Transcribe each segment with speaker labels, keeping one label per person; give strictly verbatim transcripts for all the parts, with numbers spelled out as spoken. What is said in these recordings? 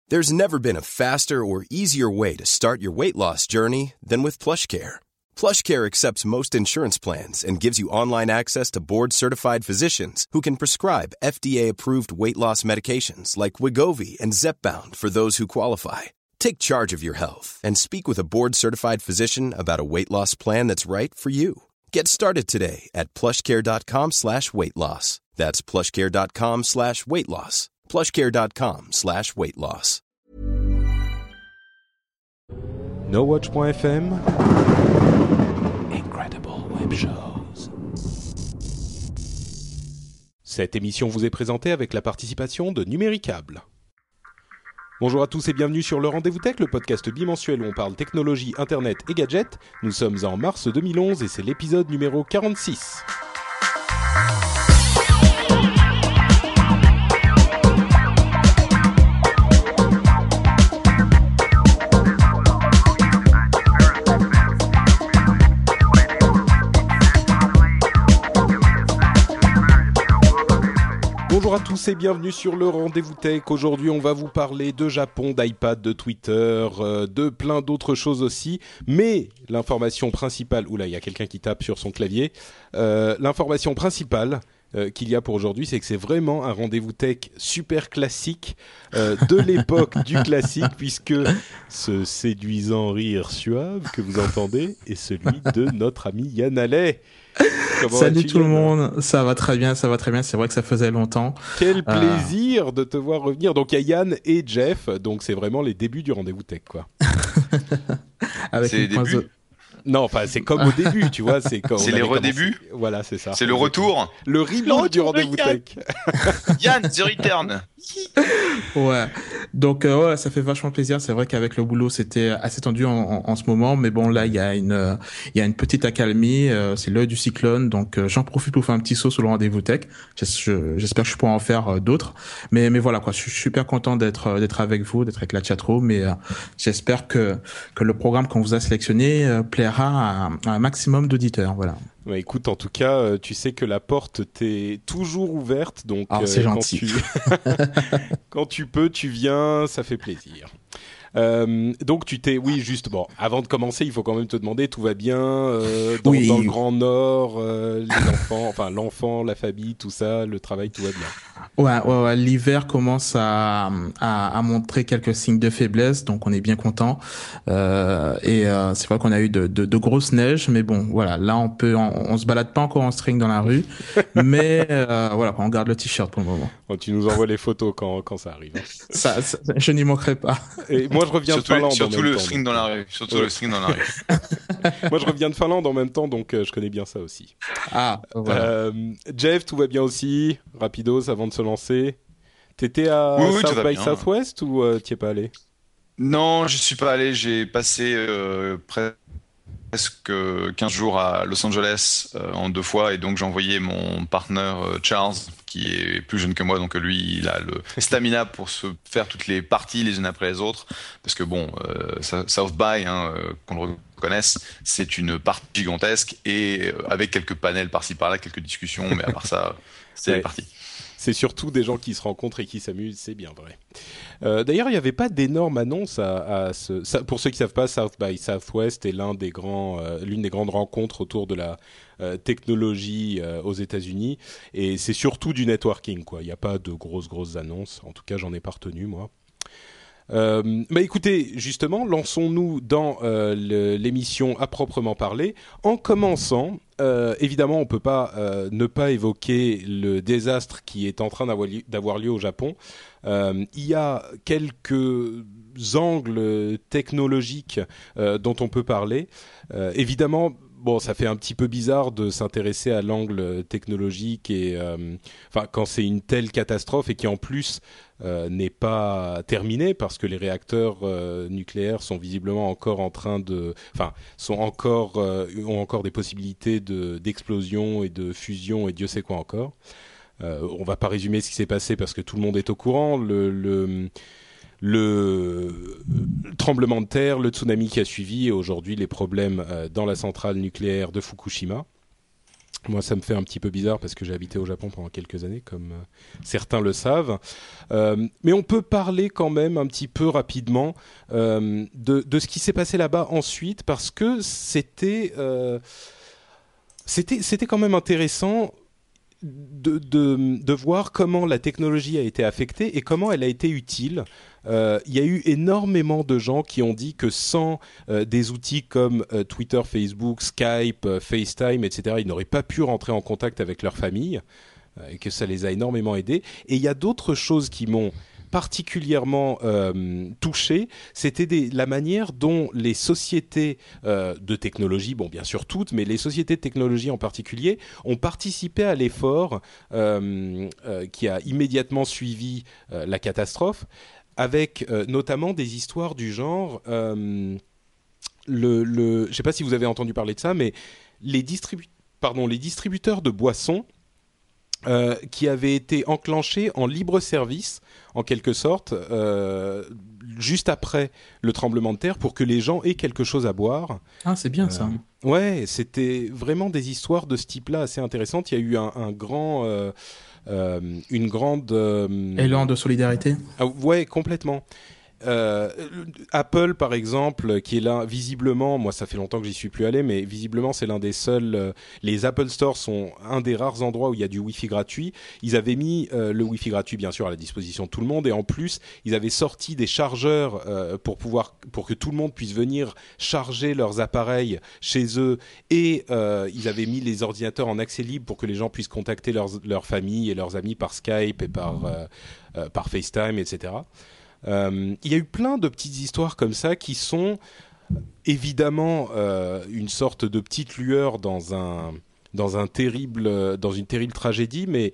Speaker 1: There's never been a faster or easier way to start your weight loss journey than with PlushCare. PlushCare accepts most insurance plans and gives you online access to board-certified physicians who can prescribe F D A-approved weight loss medications like Wegovy and Zepbound for those who qualify. Take charge of your health and speak with a board-certified physician about a weight loss plan that's right for you. Get started today at plushcare.com slash weight loss. That's plushcare.com slash weight loss. plushcare.com slash weight loss.
Speaker 2: NoWatch point F M. Incredible Web Shows. Cette émission vous est présentée avec la participation de Numéricable. Bonjour à tous et bienvenue sur Le Rendez-vous Tech, le podcast bimensuel où on parle technologie, internet et gadgets. Nous sommes en mars deux mille onze et c'est l'épisode numéro quarante-six. Bonjour à tous et bienvenue sur le Rendez-vous Tech. Aujourd'hui, on va vous parler de Japon, d'iPad, de Twitter, euh, de plein d'autres choses aussi. Mais l'information principale... Oula, il y a quelqu'un qui tape sur son clavier. Euh, l'information principale euh, qu'il y a pour aujourd'hui, c'est que c'est vraiment un Rendez-vous Tech super classique euh, de l'époque du classique, puisque ce séduisant rire suave que vous entendez est celui de notre ami Yann Allais. Comment
Speaker 3: Salut tout le monde, ça va très bien, ça va très bien, c'est vrai que ça faisait longtemps.
Speaker 2: Quel plaisir euh... de te voir revenir. Donc il y a Yann et Jeff, donc c'est vraiment les débuts du Rendez-vous Tech, quoi.
Speaker 3: Avec
Speaker 4: c'est les débuts
Speaker 3: de...
Speaker 2: Non, enfin c'est comme au début, tu vois, c'est quand
Speaker 4: c'est les redébuts.
Speaker 2: Voilà, c'est ça.
Speaker 4: C'est le retour.
Speaker 2: Le reboot du Rendez-vous Tech.
Speaker 4: Yann, The Return.
Speaker 3: Ouais. Donc euh, ouais, ça fait vachement plaisir. C'est vrai qu'avec le boulot, c'était assez tendu en, en, en ce moment, mais bon là, il y a une, euh, il y a une petite accalmie. Euh, c'est l'œil du cyclone, donc euh, j'en profite pour faire un petit saut sur le Rendez-vous Tech. Je, j'espère que je pourrai en faire euh, d'autres. Mais mais voilà quoi, je suis super content d'être euh, d'être avec vous, d'être avec la chatroom. Mais euh, j'espère que que le programme qu'on vous a sélectionné euh, plaira à, à un maximum d'auditeurs. Voilà.
Speaker 2: Ouais, écoute, en tout cas, euh, tu sais que la porte t'est toujours ouverte, donc
Speaker 3: ah, c'est
Speaker 2: euh,
Speaker 3: gentil.
Speaker 2: Quand, tu... quand tu peux, tu viens, ça fait plaisir. Euh, donc tu t'es, oui, juste bon. Avant de commencer, il faut quand même te demander, tout va bien euh, dans,
Speaker 3: oui.
Speaker 2: dans le Grand Nord, euh, les enfants, enfin l'enfant, la famille, tout ça, le travail, tout va bien.
Speaker 3: Ouais, ouais, ouais. L'hiver commence à, à à montrer quelques signes de faiblesse, donc on est bien content. Euh, et euh, c'est vrai qu'on a eu de, de de grosses neiges, mais bon, voilà. Là, on peut, on, on se balade pas encore en string dans la rue, mais euh, voilà, on garde le t-shirt pour le moment.
Speaker 2: Bon, tu nous envoies les photos quand quand ça arrive.
Speaker 3: Ça, ça je n'y manquerai pas.
Speaker 2: Et moi, je reviens
Speaker 4: surtout
Speaker 2: de Finlande.
Speaker 4: Surtout
Speaker 2: en même
Speaker 4: le
Speaker 2: temps,
Speaker 4: string
Speaker 2: donc.
Speaker 4: dans la rue. Surtout
Speaker 2: ouais.
Speaker 4: le string dans la rue.
Speaker 2: Moi, je reviens de Finlande en même temps, donc euh, je connais bien ça aussi.
Speaker 3: Ah, voilà.
Speaker 2: Euh, Jeff, tout va bien aussi. Rapidos, avant de se lancer. T'étais à
Speaker 4: oui, oui,
Speaker 2: South by Southwest ou euh, t'y es pas allé?
Speaker 4: Non, je suis pas allé. J'ai passé euh, presque quinze jours à Los Angeles euh, en deux fois, et donc j'ai envoyé mon partenaire euh, Charles, qui est plus jeune que moi, donc lui il a le stamina pour se faire toutes les parties les unes après les autres, parce que bon, euh, South by, hein, euh, qu'on le reconnaisse, c'est une partie gigantesque, et euh, avec quelques panels par-ci par-là, quelques discussions, mais à part ça, c'est
Speaker 2: ouais.
Speaker 4: les parties.
Speaker 2: C'est surtout des gens qui se rencontrent et qui s'amusent, c'est bien vrai. Euh, d'ailleurs, il n'y avait pas d'énormes annonces à, à ce... Ça, pour ceux qui ne savent pas, South by Southwest est l'un des grands, euh, l'une des grandes rencontres autour de la euh, technologie euh, aux États-Unis. Et c'est surtout du networking, quoi. Il n'y a pas de grosses, grosses annonces. En tout cas, j'en ai pas retenu, moi. Euh, bah écoutez, justement, lançons-nous dans euh, le, l'émission à proprement parler, en commençant, euh, évidemment, on ne peut pas euh, ne pas évoquer le désastre qui est en train d'avoir lieu, d'avoir lieu au Japon. Euh, il y a quelques angles technologiques euh, dont on peut parler. Euh, évidemment, bon, ça fait un petit peu bizarre de s'intéresser à l'angle technologique et, euh, enfin, quand c'est une telle catastrophe et qui en plus euh, n'est pas terminée parce que les réacteurs euh, nucléaires sont visiblement encore en train de, enfin, sont encore euh, ont encore des possibilités de d'explosion et de fusion et Dieu sait quoi encore. Euh, on va pas résumer ce qui s'est passé parce que tout le monde est au courant. Le, le le tremblement de terre, le tsunami qui a suivi et aujourd'hui les problèmes euh, dans la centrale nucléaire de Fukushima. Moi, ça me fait un petit peu bizarre parce que j'ai habité au Japon pendant quelques années, comme euh, certains le savent. Euh, mais on peut parler quand même un petit peu rapidement euh, de, de ce qui s'est passé là-bas ensuite, parce que c'était, euh, c'était, c'était quand même intéressant de, de, de voir comment la technologie a été affectée et comment elle a été utile. Euh, il y a eu énormément de gens qui ont dit que sans euh, des outils comme euh, Twitter, Facebook, Skype, euh, FaceTime, et cetera, ils n'auraient pas pu rentrer en contact avec leur famille euh, et que ça les a énormément aidés. Et il y a d'autres choses qui m'ont particulièrement euh, touché, c'était des, la manière dont les sociétés euh, de technologie, bon bien sûr toutes, mais les sociétés de technologie en particulier, ont participé à l'effort euh, euh, qui a immédiatement suivi euh, la catastrophe, avec euh, notamment des histoires du genre, euh, le, le, je ne sais pas si vous avez entendu parler de ça, mais les, distribu- pardon, les distributeurs de boissons euh, qui avaient été enclenchés en libre service, en quelque sorte, euh, juste après le tremblement de terre, pour que les gens aient quelque chose à boire.
Speaker 3: Ah, c'est bien euh, ça.
Speaker 2: Ouais, c'était vraiment des histoires de ce type-là assez intéressantes. Il y a eu un, un grand... Euh, Euh, une grande euh,
Speaker 3: élan de solidarité.
Speaker 2: Ah, ouais, complètement. Euh, Apple, par exemple, qui est là, visiblement, moi ça fait longtemps que j'y suis plus allé, mais visiblement c'est l'un des seuls. Euh, les Apple Store sont un des rares endroits où il y a du Wi-Fi gratuit. Ils avaient mis euh, le Wi-Fi gratuit, bien sûr, à la disposition de tout le monde, et en plus, ils avaient sorti des chargeurs euh, pour pouvoir, pour que tout le monde puisse venir charger leurs appareils chez eux, et euh, ils avaient mis les ordinateurs en accès libre pour que les gens puissent contacter leurs leur famille et leurs amis par Skype et par euh, euh, par FaceTime, et cetera. Euh, il y a eu plein de petites histoires comme ça qui sont évidemment euh, une sorte de petite lueur dans un dans un terrible dans une terrible tragédie, mais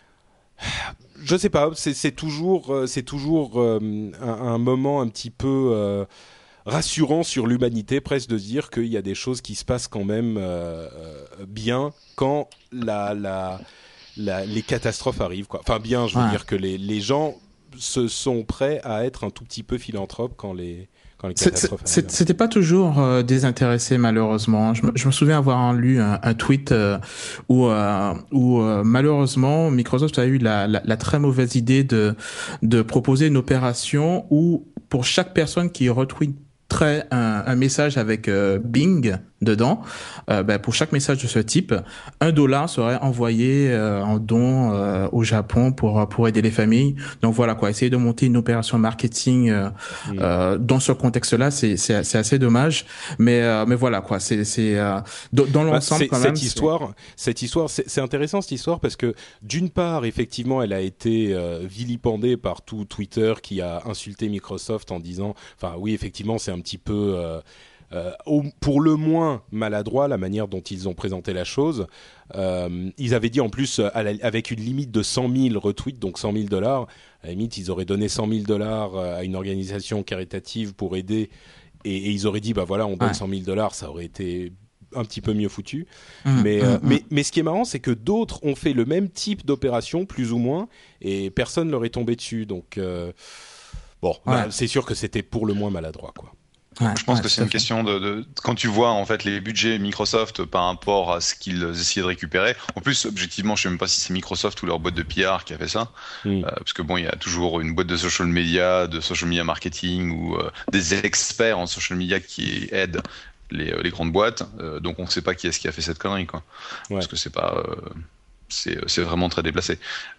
Speaker 2: je sais pas, c'est, c'est toujours c'est toujours euh, un, un moment un petit peu euh, rassurant sur l'humanité, presque, de dire qu'il y a des choses qui se passent quand même euh, bien quand la, la, la les catastrophes arrivent, quoi. Enfin bien, je veux ouais. dire que les les gens se sont prêts à être un tout petit peu philanthropes quand les quand les catastrophes
Speaker 3: c'est,
Speaker 2: arrivent.
Speaker 3: C'était pas toujours euh, désintéressé, malheureusement. Je me, je me souviens avoir lu un, un tweet euh, où euh, où euh, malheureusement Microsoft a eu la, la, la très mauvaise idée de de proposer une opération où pour chaque personne qui retweet un, un message avec euh, Bing dedans, euh, ben, pour chaque message de ce type, un dollar serait envoyé euh, en don euh, au Japon pour pour aider les familles. Donc voilà quoi, essayer de monter une opération marketing euh, mmh. euh, dans ce contexte-là, c'est c'est c'est assez dommage, mais euh, mais voilà quoi, c'est c'est euh, dans l'ensemble bah, quand
Speaker 2: cette
Speaker 3: même.
Speaker 2: Histoire, c'est... cette histoire, c'est, c'est intéressant cette histoire parce que d'une part, effectivement, elle a été euh, vilipendée par tout Twitter qui a insulté Microsoft en disant, enfin oui, effectivement, c'est un petit peu euh, Euh, au, pour le moins maladroit la manière dont ils ont présenté la chose. Euh, ils avaient dit en plus à la, avec une limite de cent mille retweets, donc cent mille dollars. À la limite, ils auraient donné cent mille dollars à une organisation caritative pour aider, et, et ils auraient dit bah voilà, on donne ouais. cent mille dollars, ça aurait été un petit peu mieux foutu. Mmh, mais, mmh, euh, mmh. mais mais ce qui est marrant, c'est que d'autres ont fait le même type d'opération plus ou moins, et personne leur est tombé dessus. Donc euh, bon, ouais. bah, c'est sûr que c'était pour le moins maladroit, quoi.
Speaker 4: Ouais, je pense ouais, que c'est une fait. question de, de quand tu vois en fait les budgets Microsoft par rapport à ce qu'ils essayaient de récupérer. En plus, objectivement, je sais même pas si c'est Microsoft ou leur boîte de P R qui a fait ça, mm. euh, parce que bon, il y a toujours une boîte de social media, de social media marketing ou euh, des experts en social media qui aident les, les grandes boîtes. Euh, donc on ne sait pas qui est-ce qui a fait cette connerie, quoi. Ouais. Parce que c'est pas euh, C'est, c'est vraiment très déplacé.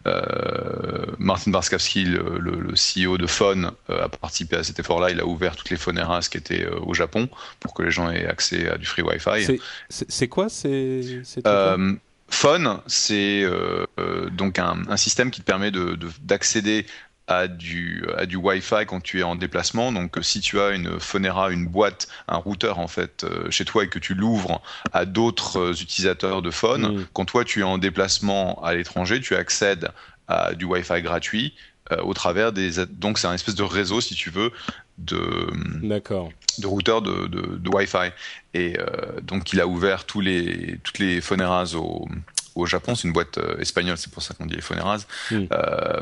Speaker 4: Euh, Martin Barskowski, le, le, le C E O de Phone, euh, a participé à cet effort-là. Il a ouvert toutes les Phoneras qui étaient euh, au Japon pour que les gens aient accès à du free Wi-Fi.
Speaker 2: C'est, c'est, c'est quoi c'est, c'est
Speaker 4: euh, Phone, c'est euh, euh, donc un, un système qui te permet de, de, d'accéder à du, à du Wi-Fi quand tu es en déplacement. Donc si tu as une Phonera, une boîte, un routeur en fait euh, chez toi et que tu l'ouvres à d'autres euh, utilisateurs de phone, mmh. quand toi tu es en déplacement à l'étranger, tu accèdes à du Wi-Fi gratuit euh, au travers des... Donc c'est un espèce de réseau, si tu veux, de,
Speaker 2: D'accord.
Speaker 4: de routeurs de, de, de Wi-Fi. Et euh, donc il a ouvert tous les, toutes les Phoneras au... au Japon, c'est une boîte euh, espagnole, c'est pour ça qu'on dit les Phoneras. Mm. Euh,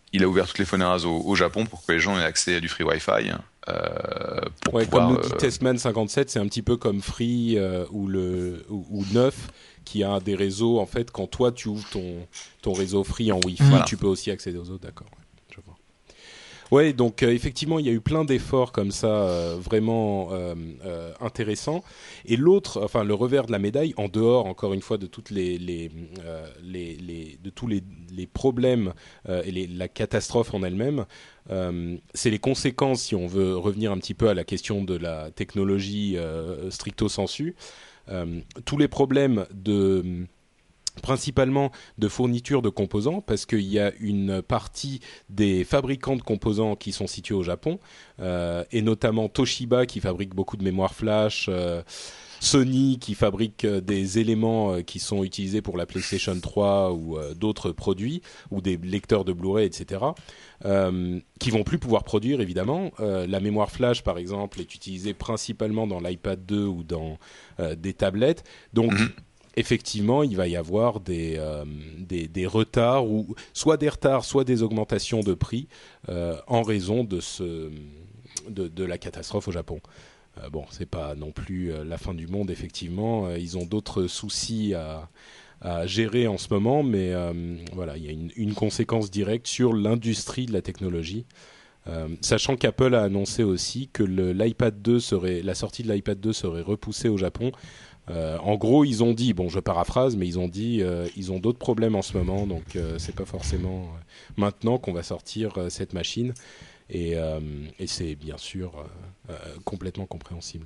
Speaker 4: il a ouvert toutes les fenêtres au, au Japon pour que les gens aient accès à du free Wi-Fi. Euh, pour
Speaker 2: ouais,
Speaker 4: pouvoir,
Speaker 2: comme nous dit
Speaker 4: euh...
Speaker 2: Testman cinquante-sept, c'est un petit peu comme Free euh, ou le ou, ou Neuf qui a des réseaux en fait. Quand toi tu ouvres ton ton réseau Free en Wi-Fi, voilà. Tu peux aussi accéder aux autres. D'accord. Ouais, je vois. Ouais, donc euh, effectivement, il y a eu plein d'efforts comme ça, euh, vraiment euh, euh, intéressants. Et l'autre, enfin le revers de la médaille, en dehors encore une fois de toutes les, les, euh, les, les de tous les, les problèmes euh, et les, la catastrophe en elle-même, euh, c'est les conséquences. Si on veut revenir un petit peu à la question de la technologie euh, stricto sensu, euh, tous les problèmes de principalement de fourniture de composants, parce qu'il y a une partie des fabricants de composants qui sont situés au Japon, euh, et notamment Toshiba qui fabrique beaucoup de mémoire flash, euh, Sony qui fabrique euh, des éléments euh, qui sont utilisés pour la PlayStation trois ou euh, d'autres produits, ou des lecteurs de Blu-ray, et cetera, euh, qui vont plus pouvoir produire évidemment. Euh, la mémoire flash par exemple est utilisée principalement dans l'iPad deux ou dans euh, des tablettes, donc mmh. Effectivement, il va y avoir des, euh, des, des retards, ou soit des retards, soit des augmentations de prix euh, en raison de, ce, de, de la catastrophe au Japon. Euh, bon, c'est pas non plus euh, la fin du monde, effectivement. Euh, ils ont d'autres soucis à, à gérer en ce moment, mais euh, voilà, il y a une, une conséquence directe sur l'industrie de la technologie. Euh, sachant qu'Apple a annoncé aussi que le, l'iPad deux serait, la sortie de l'iPad deux serait repoussée au Japon. Euh, en gros, ils ont dit, bon, je paraphrase, mais ils ont dit, euh, ils ont d'autres problèmes en ce moment, donc euh, c'est pas forcément euh, maintenant qu'on va sortir euh, cette machine, et, euh, et c'est bien sûr euh, euh, complètement compréhensible.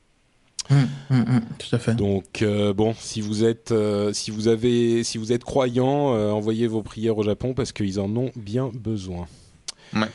Speaker 3: Mmh, mmh, mmh, tout à fait.
Speaker 2: Donc euh, bon, si vous êtes, euh, si vous avez, si vous êtes croyant, euh, envoyez vos prières au Japon parce qu'ils en ont bien besoin.
Speaker 4: Ouais.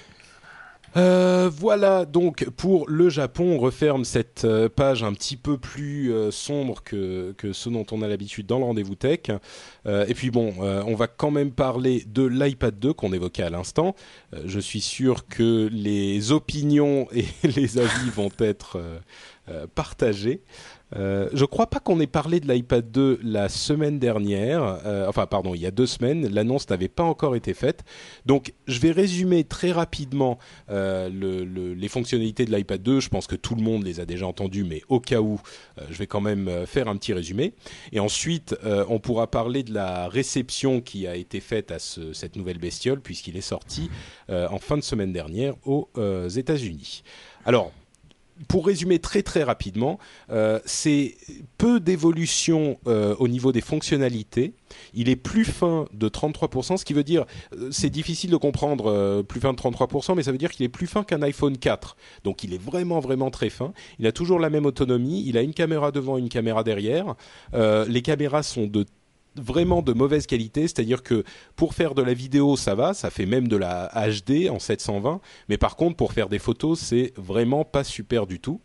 Speaker 2: Euh, voilà donc pour le Japon, on referme cette euh, page un petit peu plus euh, sombre que, que ce dont on a l'habitude dans le rendez-vous tech. Euh, et puis bon, euh, on va quand même parler de l'iPad deux qu'on évoquait à l'instant. Euh, je suis sûr que les opinions et les avis vont être euh, euh, partagés. Euh, je crois pas qu'on ait parlé de l'iPad deux la semaine dernière, euh, enfin pardon, il y a deux semaines, l'annonce n'avait pas encore été faite. Donc je vais résumer très rapidement euh, le, le, les fonctionnalités de l'iPad deux, je pense que tout le monde les a déjà entendues, mais au cas où, euh, je vais quand même faire un petit résumé. Et ensuite, euh, on pourra parler de la réception qui a été faite à ce, cette nouvelle bestiole, puisqu'il est sorti euh, en fin de semaine dernière aux euh, États-Unis. Alors, pour résumer très très rapidement, euh, c'est peu d'évolution euh, au niveau des fonctionnalités. Il est plus fin de trente-trois pour cent, ce qui veut dire, euh, c'est difficile de comprendre euh, plus fin de trente-trois pour cent, mais ça veut dire qu'il est plus fin qu'un iPhone quatre. Donc il est vraiment vraiment très fin. Il a toujours la même autonomie. Il a une caméra devant, une caméra derrière. Euh, les caméras sont de vraiment de mauvaise qualité, c'est-à-dire que pour faire de la vidéo ça va, ça fait même de la H D en sept cent vingt, mais par contre pour faire des photos c'est vraiment pas super du tout.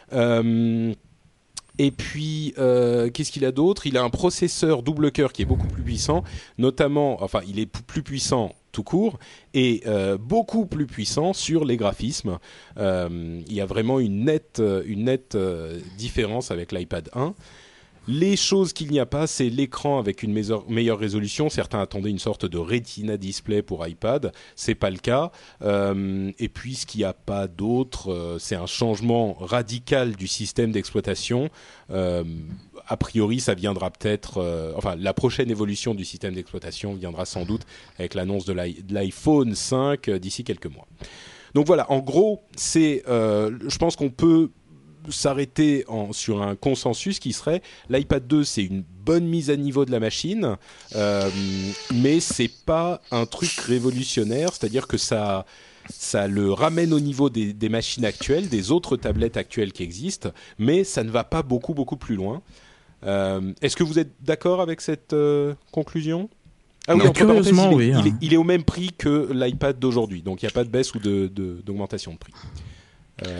Speaker 2: Euh, et puis euh, qu'est-ce qu'il a d'autre ? Il a un processeur double cœur qui est beaucoup plus puissant, notamment, enfin il est p- plus puissant tout court et euh, beaucoup plus puissant sur les graphismes. Euh, il y a vraiment une nette, une nette euh, différence avec l'iPad un. Les choses qu'il n'y a pas, c'est l'écran avec une meilleure, meilleure résolution. Certains attendaient une sorte de Retina display pour iPad, c'est pas le cas. Euh, et puis ce qu'il n'y a pas d'autre, euh, c'est un changement radical du système d'exploitation. Euh, a priori, ça viendra peut-être. Euh, enfin, la prochaine évolution du système d'exploitation viendra sans doute avec l'annonce de, l'i- de l'iPhone cinq euh, d'ici quelques mois. Donc voilà, en gros, c'est. Euh, je pense qu'on peut s'arrêter en, sur un consensus qui serait l'iPad deux c'est une bonne mise à niveau de la machine, euh, mais c'est pas un truc révolutionnaire, c'est-à-dire que ça ça le ramène au niveau des, des machines actuelles, des autres tablettes actuelles qui existent, mais ça ne va pas beaucoup beaucoup plus loin. Euh, est-ce que vous êtes d'accord avec cette euh, conclusion ? Ah oui,
Speaker 3: non,
Speaker 2: entre parenthèses, il, est,
Speaker 3: oui, hein.
Speaker 2: il, est, il est au même prix que l'iPad d'aujourd'hui, donc il n'y a pas de baisse ou de, de, d'augmentation de prix. Euh,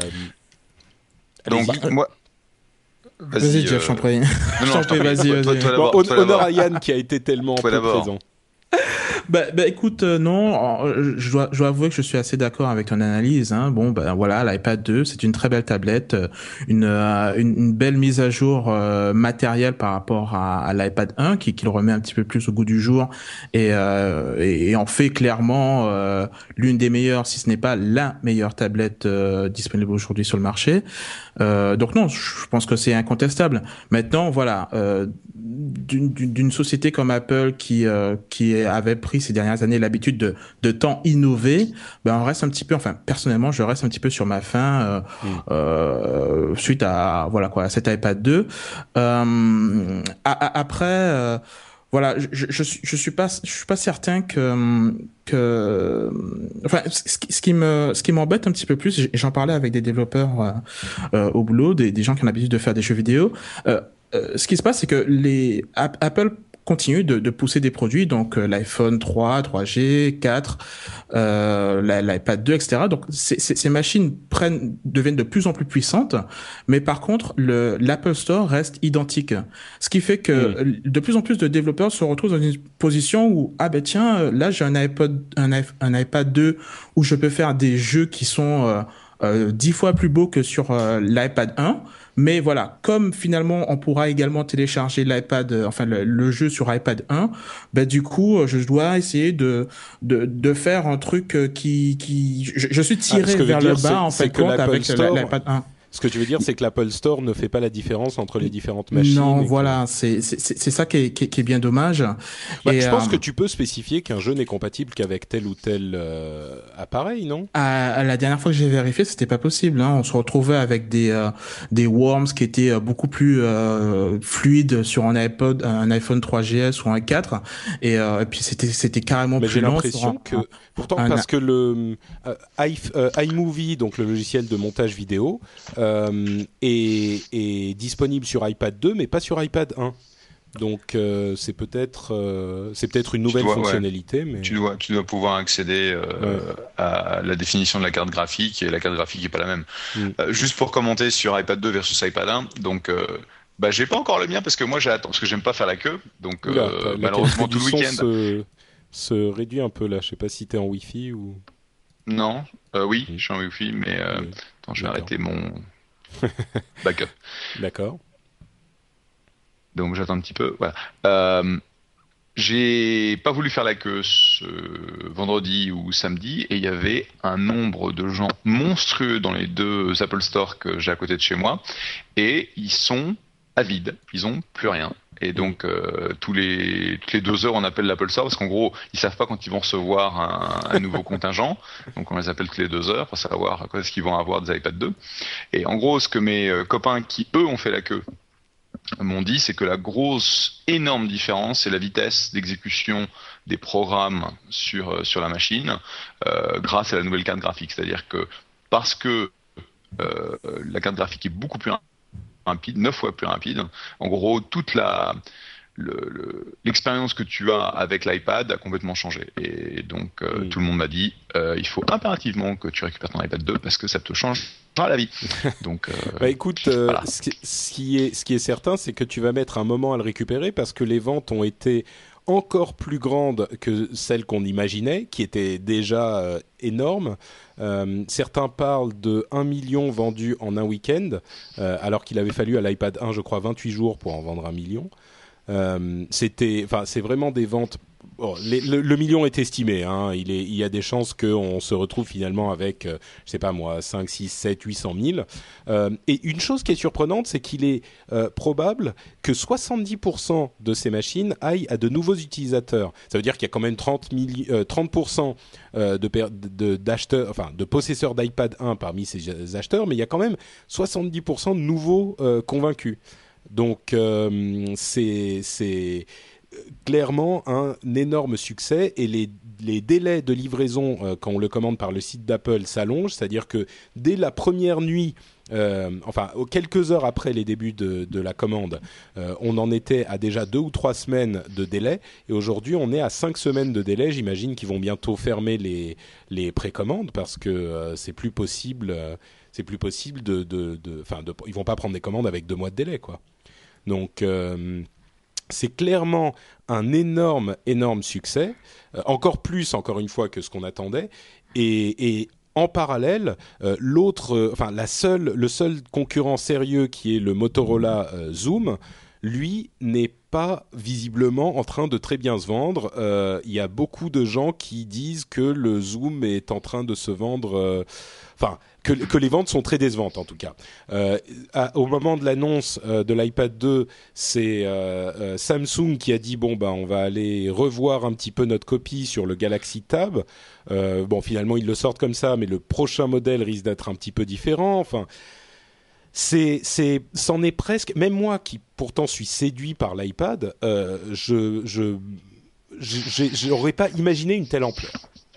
Speaker 4: Donc,
Speaker 2: Allez-y.
Speaker 4: moi.
Speaker 3: Vas-y, vas-y Jeff,
Speaker 4: euh...
Speaker 3: je t'en prie.
Speaker 4: Non, non,
Speaker 3: je t'en prie, vas-y,
Speaker 4: toi,
Speaker 3: vas-y.
Speaker 4: toi, toi
Speaker 2: bon,
Speaker 4: d'abord, toi
Speaker 2: honneur
Speaker 4: d'abord.
Speaker 2: à Yann qui a été tellement
Speaker 4: Toi
Speaker 2: peu
Speaker 4: d'abord.
Speaker 2: présent.
Speaker 3: Bah, bah écoute, euh, non, euh, je dois, je dois avouer que je suis assez d'accord avec ton analyse. Hein. Bon, ben voilà, l'iPad deux, c'est une très belle tablette, euh, une, euh, une, une belle mise à jour euh, matérielle par rapport à, à l'iPad un, qui, qui le remet un petit peu plus au goût du jour et, euh, et, et en fait clairement euh, l'une des meilleures, si ce n'est pas la meilleure tablette euh, disponible aujourd'hui sur le marché. Euh, donc non, je pense que c'est incontestable. Maintenant, voilà, euh, d'une, d'une d'une société comme Apple qui euh, qui avait pris ces dernières années l'habitude de de tant innover, ben on reste un petit peu, enfin personnellement, je reste un petit peu sur ma faim euh,
Speaker 2: Mm.
Speaker 3: euh, suite à voilà quoi, à cet iPad deux. Euh, a- a- après. Euh, voilà, je, je, je suis je suis pas je suis pas certain que que enfin ce qui, ce qui me ce qui m'embête un petit peu plus, et j'en parlais avec des développeurs euh, euh, au boulot, des, des gens qui ont l'habitude de faire des jeux vidéo. Euh, euh, ce qui se passe, c'est que les App- Apple continue de, de pousser des produits, donc euh, l'iPhone trois, trois G, quatre, euh, la- l'iPad deux, et cetera. Donc ces, ces, ces machines prennent, deviennent de plus en plus puissantes, mais par contre le l'Apple Store reste identique. Ce qui fait que
Speaker 2: Mm.
Speaker 3: euh, de plus en plus de développeurs se retrouvent dans une position où ah ben tiens, euh, là j'ai un iPod, un, iP- un iPad deux où je peux faire des jeux qui sont euh, euh, dix fois plus beaux que sur euh, l'iPad un. Mais voilà, comme finalement on pourra également télécharger l'iPad, euh, enfin le, le jeu sur iPad un, ben du coup euh, je dois essayer de de, de faire un truc euh, qui qui je, je suis
Speaker 2: Ah, ce
Speaker 3: tiré
Speaker 2: que veut
Speaker 3: vers le
Speaker 2: dire,
Speaker 3: bas
Speaker 2: c'est
Speaker 3: en
Speaker 2: c'est
Speaker 3: fait
Speaker 2: que
Speaker 3: compte
Speaker 2: l'Apple
Speaker 3: avec la-
Speaker 2: Store,
Speaker 3: l'iPad un.
Speaker 2: ce que tu veux dire, c'est que l'Apple Store ne fait pas la différence entre les différentes machines.
Speaker 3: Non,
Speaker 2: Et que...
Speaker 3: voilà, c'est c'est c'est c'est ça qui est, qui est qui est bien dommage.
Speaker 2: Bah,
Speaker 3: Et
Speaker 2: je
Speaker 3: euh,
Speaker 2: pense que tu peux spécifier qu'un jeu n'est compatible qu'avec tel ou tel euh, appareil, non?
Speaker 3: À, à la dernière fois que j'ai vérifié, c'était pas possible. Hein. On se retrouvait avec des euh, des worms qui étaient euh, beaucoup plus euh, fluides sur un iPod, un iPhone trois G S ou un quatre, et, euh, et puis c'était c'était carrément
Speaker 2: Mais
Speaker 3: plus
Speaker 2: j'ai
Speaker 3: lent sur
Speaker 2: l'impression
Speaker 3: un,
Speaker 2: que,
Speaker 3: un,
Speaker 2: pourtant,
Speaker 3: un-
Speaker 2: parce que le euh, i, euh, iMovie, donc le logiciel de montage vidéo, euh, est, est disponible sur iPad deux, mais pas sur iPad un. Donc euh, c'est peut-être euh, c'est peut-être une
Speaker 4: Tu
Speaker 2: nouvelle
Speaker 4: dois, ouais,
Speaker 2: fonctionnalité, mais
Speaker 4: tu dois, tu dois pouvoir accéder euh,
Speaker 2: ouais.
Speaker 4: à la définition de la carte graphique et la carte graphique est pas la même.
Speaker 2: Mm.
Speaker 4: Euh, juste pour commenter sur iPad deux versus iPad un, donc euh, bah j'ai pas encore le mien parce que moi j'attends parce que j'aime pas faire la queue, donc
Speaker 2: Oula,
Speaker 4: euh,
Speaker 2: la
Speaker 4: malheureusement
Speaker 2: qualité
Speaker 4: tout
Speaker 2: du
Speaker 4: le
Speaker 2: son
Speaker 4: week-end.
Speaker 2: se, se réduit un peu là. Je sais pas si t'es en Wi-Fi ou.
Speaker 4: Non, euh, oui,
Speaker 2: Mm.
Speaker 4: je suis en Wi-Fi, mais euh,
Speaker 2: Oui.
Speaker 4: attends, je vais
Speaker 2: D'accord.
Speaker 4: arrêter mon backup.
Speaker 2: D'accord.
Speaker 4: Donc j'attends un petit peu. Voilà. Euh, J'ai pas voulu faire la queue ce vendredi ou samedi et il y avait un nombre de gens monstrueux dans les deux Apple Store que j'ai à côté de chez moi et ils sont avides, ils ont plus rien. Et donc euh, tous les toutes les deux heures on appelle l'Apple Store parce qu'en gros ils savent pas quand ils vont recevoir un, un nouveau contingent, donc on les appelle toutes les deux heures pour savoir quand est-ce qu'ils vont avoir des iPad deux. Et en gros ce que mes euh, copains qui eux ont fait la queue m'ont dit, c'est que la grosse, énorme différence, c'est la vitesse d'exécution des programmes sur euh, sur la machine euh, grâce à la nouvelle carte graphique. C'est-à-dire que parce que euh, la carte graphique est beaucoup plus rapide, neuf fois plus rapide, en gros, toute la le, le, l'expérience que tu as avec l'iPad a complètement changé. Et donc, euh,
Speaker 2: Mm.
Speaker 4: tout le monde m'a dit, euh, il faut impérativement que tu récupères ton iPad deux parce que ça te changera la vie. Donc, euh,
Speaker 2: Bah écoute, euh,
Speaker 4: voilà.
Speaker 2: ce, qui, ce qui est ce qui est certain, c'est que tu vas mettre un moment à le récupérer parce que les ventes ont été encore plus grandes que celles qu'on imaginait, qui étaient déjà euh, énormes. Euh, certains parlent de un million vendus en un week-end, euh, alors qu'il avait fallu à l'iPad un, je crois, vingt-huit jours pour en vendre un million. Euh, c'était, enfin, c'est vraiment des ventes. Bon, les- le, le million est estimé. Hein, il, est, il y a des chances qu'on se retrouve finalement avec, euh, je sais pas moi, cinq, six, sept, huit cent mille. Euh, et une chose qui est surprenante, c'est qu'il est euh, probable que soixante-dix pour cent de ces machines aillent à de nouveaux utilisateurs. Ça veut dire qu'il y a quand même trente, milli- euh, trente pour cent euh, de, per- de, d'acheteurs, enfin, de possesseurs d'iPad un parmi ces acheteurs, mais il y a quand même soixante-dix pour cent de nouveaux euh, convaincus. Donc euh, c'est c'est clairement un énorme succès et les les délais de livraison euh, quand on le commande par le site d'Apple s'allongent, c'est-à-dire que dès la première nuit, euh, enfin aux quelques heures après les débuts de, de la commande, euh, on en était à déjà deux ou trois semaines de délai et aujourd'hui on est à cinq semaines de délai. J'imagine qu'ils vont bientôt fermer les les précommandes parce que euh, c'est plus possible, euh, c'est plus possible de de de, enfin de, ils vont pas prendre des commandes avec deux mois de délai quoi. Donc euh, c'est clairement un énorme, énorme succès, euh, encore plus, encore une fois, que ce qu'on attendait. Et, et en parallèle, euh, l'autre, euh, enfin, la seule, le seul concurrent sérieux qui est le Motorola euh, Zoom, lui, n'est pas visiblement en train de très bien se vendre. Euh, il y a beaucoup de gens qui disent que le Zoom est en train de se vendre... Euh, Enfin, que, que les ventes sont très décevantes en tout cas. Euh, à, au moment de l'annonce euh, de l'iPad deux, c'est euh, euh, Samsung qui a dit bon bah on va aller revoir un petit peu notre copie sur le Galaxy Tab. Euh, bon finalement ils le sortent comme ça, mais le prochain modèle risque d'être un petit peu différent. Enfin, c'est c'est c'en est presque. Même moi qui pourtant suis séduit par l'iPad, euh, je je j'ai, j'aurais pas imaginé une telle ampleur,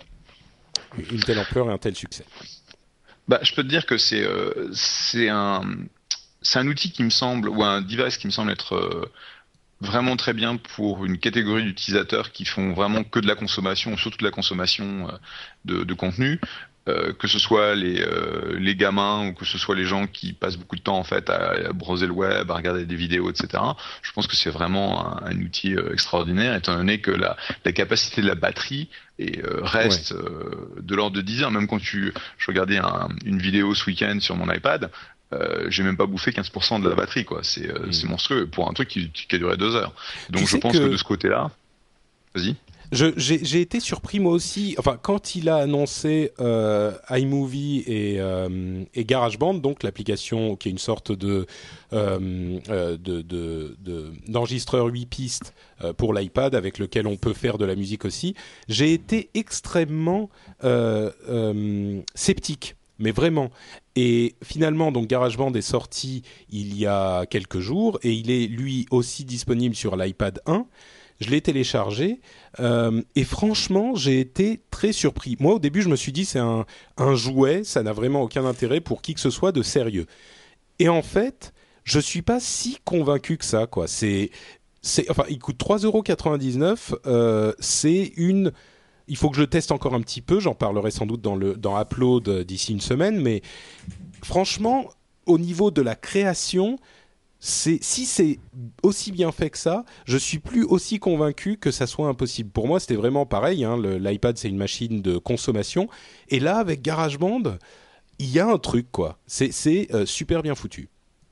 Speaker 2: une telle ampleur et un tel succès.
Speaker 4: Bah, je peux te dire que c'est euh, c'est un c'est un outil qui me semble ou un device qui me semble être euh, vraiment très bien pour une catégorie d'utilisateurs qui font vraiment que de la consommation, surtout de la consommation euh, de, de contenu, euh, que ce soit les euh, les gamins ou que ce soit les gens qui passent beaucoup de temps en fait à, à browser le web, à regarder des vidéos, et cetera. Je pense que c'est vraiment un, un outil euh, extraordinaire, étant donné que la la capacité de la batterie et euh, reste ouais. euh, de l'ordre de dix heures. Même quand tu, je regardais un, une vidéo ce week-end sur mon iPad, euh, j'ai même pas bouffé quinze pour cent de la batterie, quoi. C'est, euh, mmh. c'est monstrueux pour un truc qui, qui a duré deux heures. Donc tu je pense que... que de ce côté-là, vas-y.
Speaker 2: Je, j'ai, j'ai été surpris moi aussi. Enfin, quand il a annoncé euh, iMovie et, euh, et GarageBand, donc l'application qui est une sorte de, euh, euh, de, de, de d'enregistreur huit pistes euh, pour l'iPad avec lequel on peut faire de la musique aussi, j'ai été extrêmement euh, euh, sceptique. Mais vraiment. Et finalement, donc GarageBand est sorti il y a quelques jours et il est lui aussi disponible sur l'iPad un. Je l'ai téléchargé euh, et franchement, j'ai été très surpris. Moi, au début, je me suis dit c'est un, un jouet, ça n'a vraiment aucun intérêt pour qui que ce soit de sérieux. Et en fait, je suis pas si convaincu que ça, quoi. C'est, c'est, enfin, il coûte trois euros quatre-vingt-dix-neuf. Euh, c'est une. Il faut que je le teste encore un petit peu. J'en parlerai sans doute dans le dans Upload d'ici une semaine. Mais franchement, au niveau de la création. C'est, si c'est aussi bien fait que ça, je suis plus aussi convaincu que ça soit impossible. Pour moi, c'était vraiment pareil. Hein, le, L'iPad, c'est une machine de consommation. Et là, avec GarageBand, il y a un truc, quoi. C'est, c'est euh, super bien foutu.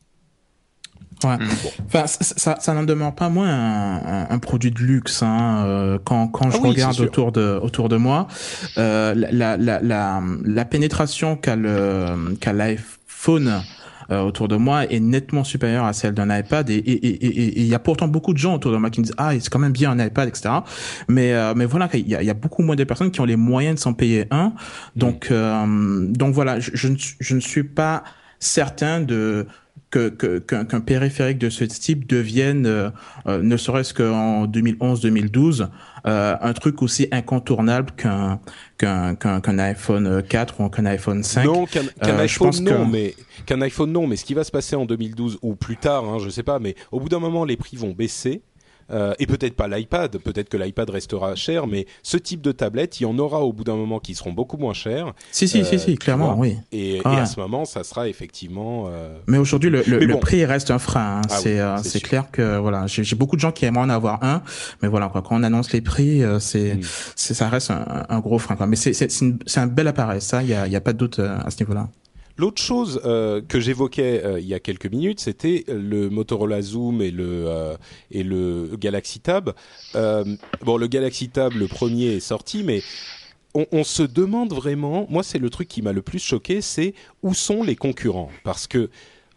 Speaker 3: Ouais. Mmh. Enfin, ça, ça, ça n'en demeure pas moins un, un, un produit de luxe. Hein. Euh, quand quand je ah oui, regarde autour de autour de moi, euh, la, la la la pénétration qu'a le qu'a l'iPhone Euh, autour de moi est nettement supérieure à celle d'un iPad et et et et il y a pourtant beaucoup de gens autour de moi qui me disent ah c'est quand même bien un iPad, et cetera. Mais euh, mais voilà, il y a il y a beaucoup moins de personnes qui ont les moyens de s'en payer un. Donc mmh. euh, donc voilà, je, je ne je ne suis pas certain de que, que qu'un, qu'un périphérique de ce type devienne euh, euh, ne serait-ce qu'en deux mille onze deux mille douze euh, un truc aussi incontournable qu'un qu'un qu'un qu'un iPhone quatre ou qu'un iPhone cinq.
Speaker 2: Non, qu'un, qu'un euh, iPhone non, que... mais qu'un iPhone non, mais ce qui va se passer en deux mille douze ou plus tard, hein, je sais pas, mais au bout d'un moment les prix vont baisser. Euh, et peut-être pas l'iPad, peut-être que l'iPad restera cher, mais ce type de tablette, il y en aura au bout d'un moment qui seront beaucoup moins chers.
Speaker 3: Si, si, euh, si, si, clairement, oui.
Speaker 2: Et,
Speaker 3: ah,
Speaker 2: et
Speaker 3: ouais.
Speaker 2: à ce moment, ça sera effectivement... Euh...
Speaker 3: Mais aujourd'hui, le, le, mais bon. le prix reste un frein. Hein.
Speaker 2: Ah
Speaker 3: c'est
Speaker 2: oui,
Speaker 3: euh,
Speaker 2: c'est,
Speaker 3: c'est clair que voilà, j'ai, j'ai beaucoup de gens qui aimeraient en avoir un, mais voilà, quoi, quand on annonce les prix, euh, c'est, mm. c'est, ça reste un, un gros frein. Quoi. Mais c'est, c'est, c'est, une, c'est un bel appareil, ça, il y a, y a pas de doute euh, à ce niveau-là.
Speaker 2: L'autre chose euh, que j'évoquais euh, il y a quelques minutes, c'était le Motorola Zoom et le euh, et le Galaxy Tab. Euh, bon, le Galaxy Tab, le premier est sorti, mais on, on se demande vraiment. Moi, c'est le truc qui m'a le plus choqué, c'est où sont les concurrents ? Parce que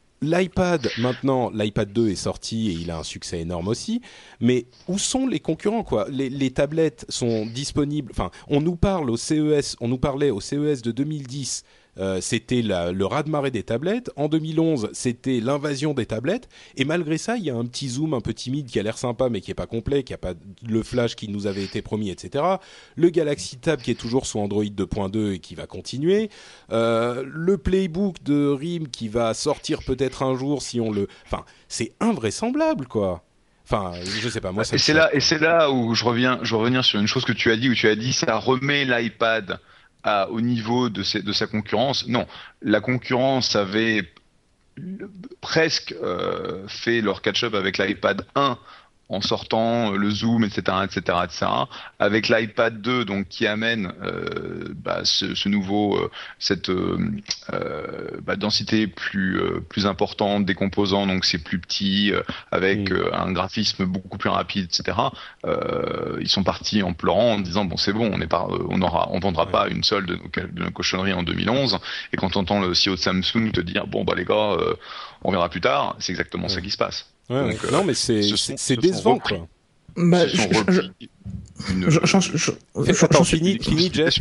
Speaker 2: l'iPad, maintenant, l'iPad deux est sorti et il a un succès énorme aussi. Mais où sont les concurrents, quoi ? Les, les tablettes sont disponibles. Enfin, on nous parle au C E S, on nous parlait au C E S de deux mille dix. Euh, c'était la, le raz-de-marée des tablettes. En deux mille onze, c'était l'invasion des tablettes. Et malgré ça, il y a un petit zoom un peu timide qui a l'air sympa, mais qui est pas complet, qui a pas le flash qui nous avait été promis, et cetera. Le Galaxy Tab qui est toujours sous Android deux point deux et qui va continuer. Euh, le Playbook de R I M qui va sortir peut-être un jour si on le... Enfin, c'est invraisemblable, quoi. Enfin, je sais pas, moi... Ça
Speaker 4: et, c'est là, et c'est là où je reviens, je veux revenir sur une chose que tu as dit, où tu as dit ça remet l'iPad... À, au niveau de, ses, de sa concurrence. Non, la concurrence avait presque euh, fait leur catch-up avec l'iPad un en sortant le zoom, et cetera, et cetera, et cetera. Avec l'iPad deux, donc qui amène euh, bah, ce, ce nouveau, euh, cette euh, euh, bah, densité plus euh, plus importante des composants, donc c'est plus petit, euh, avec mmh. euh, un graphisme beaucoup plus rapide, et cetera. Euh, ils sont partis en pleurant, en disant bon c'est bon, on est pas, on aura, on vendra ouais. pas une seule de nos, de nos cochonneries en deux mille onze. Et quand on entend le C E O de Samsung te dire bon bah les gars, euh, on verra plus tard, c'est exactement ouais. ça qui se passe.
Speaker 2: Ouais,
Speaker 4: donc,
Speaker 2: ouais. Non mais c'est
Speaker 4: ce
Speaker 2: c'est,
Speaker 4: sont,
Speaker 2: c'est décevant quoi.
Speaker 3: Bah, je, je, je,
Speaker 4: une...
Speaker 3: je, je, je, je,
Speaker 2: Attends,
Speaker 3: je,
Speaker 2: fini, fini Jeff. Et...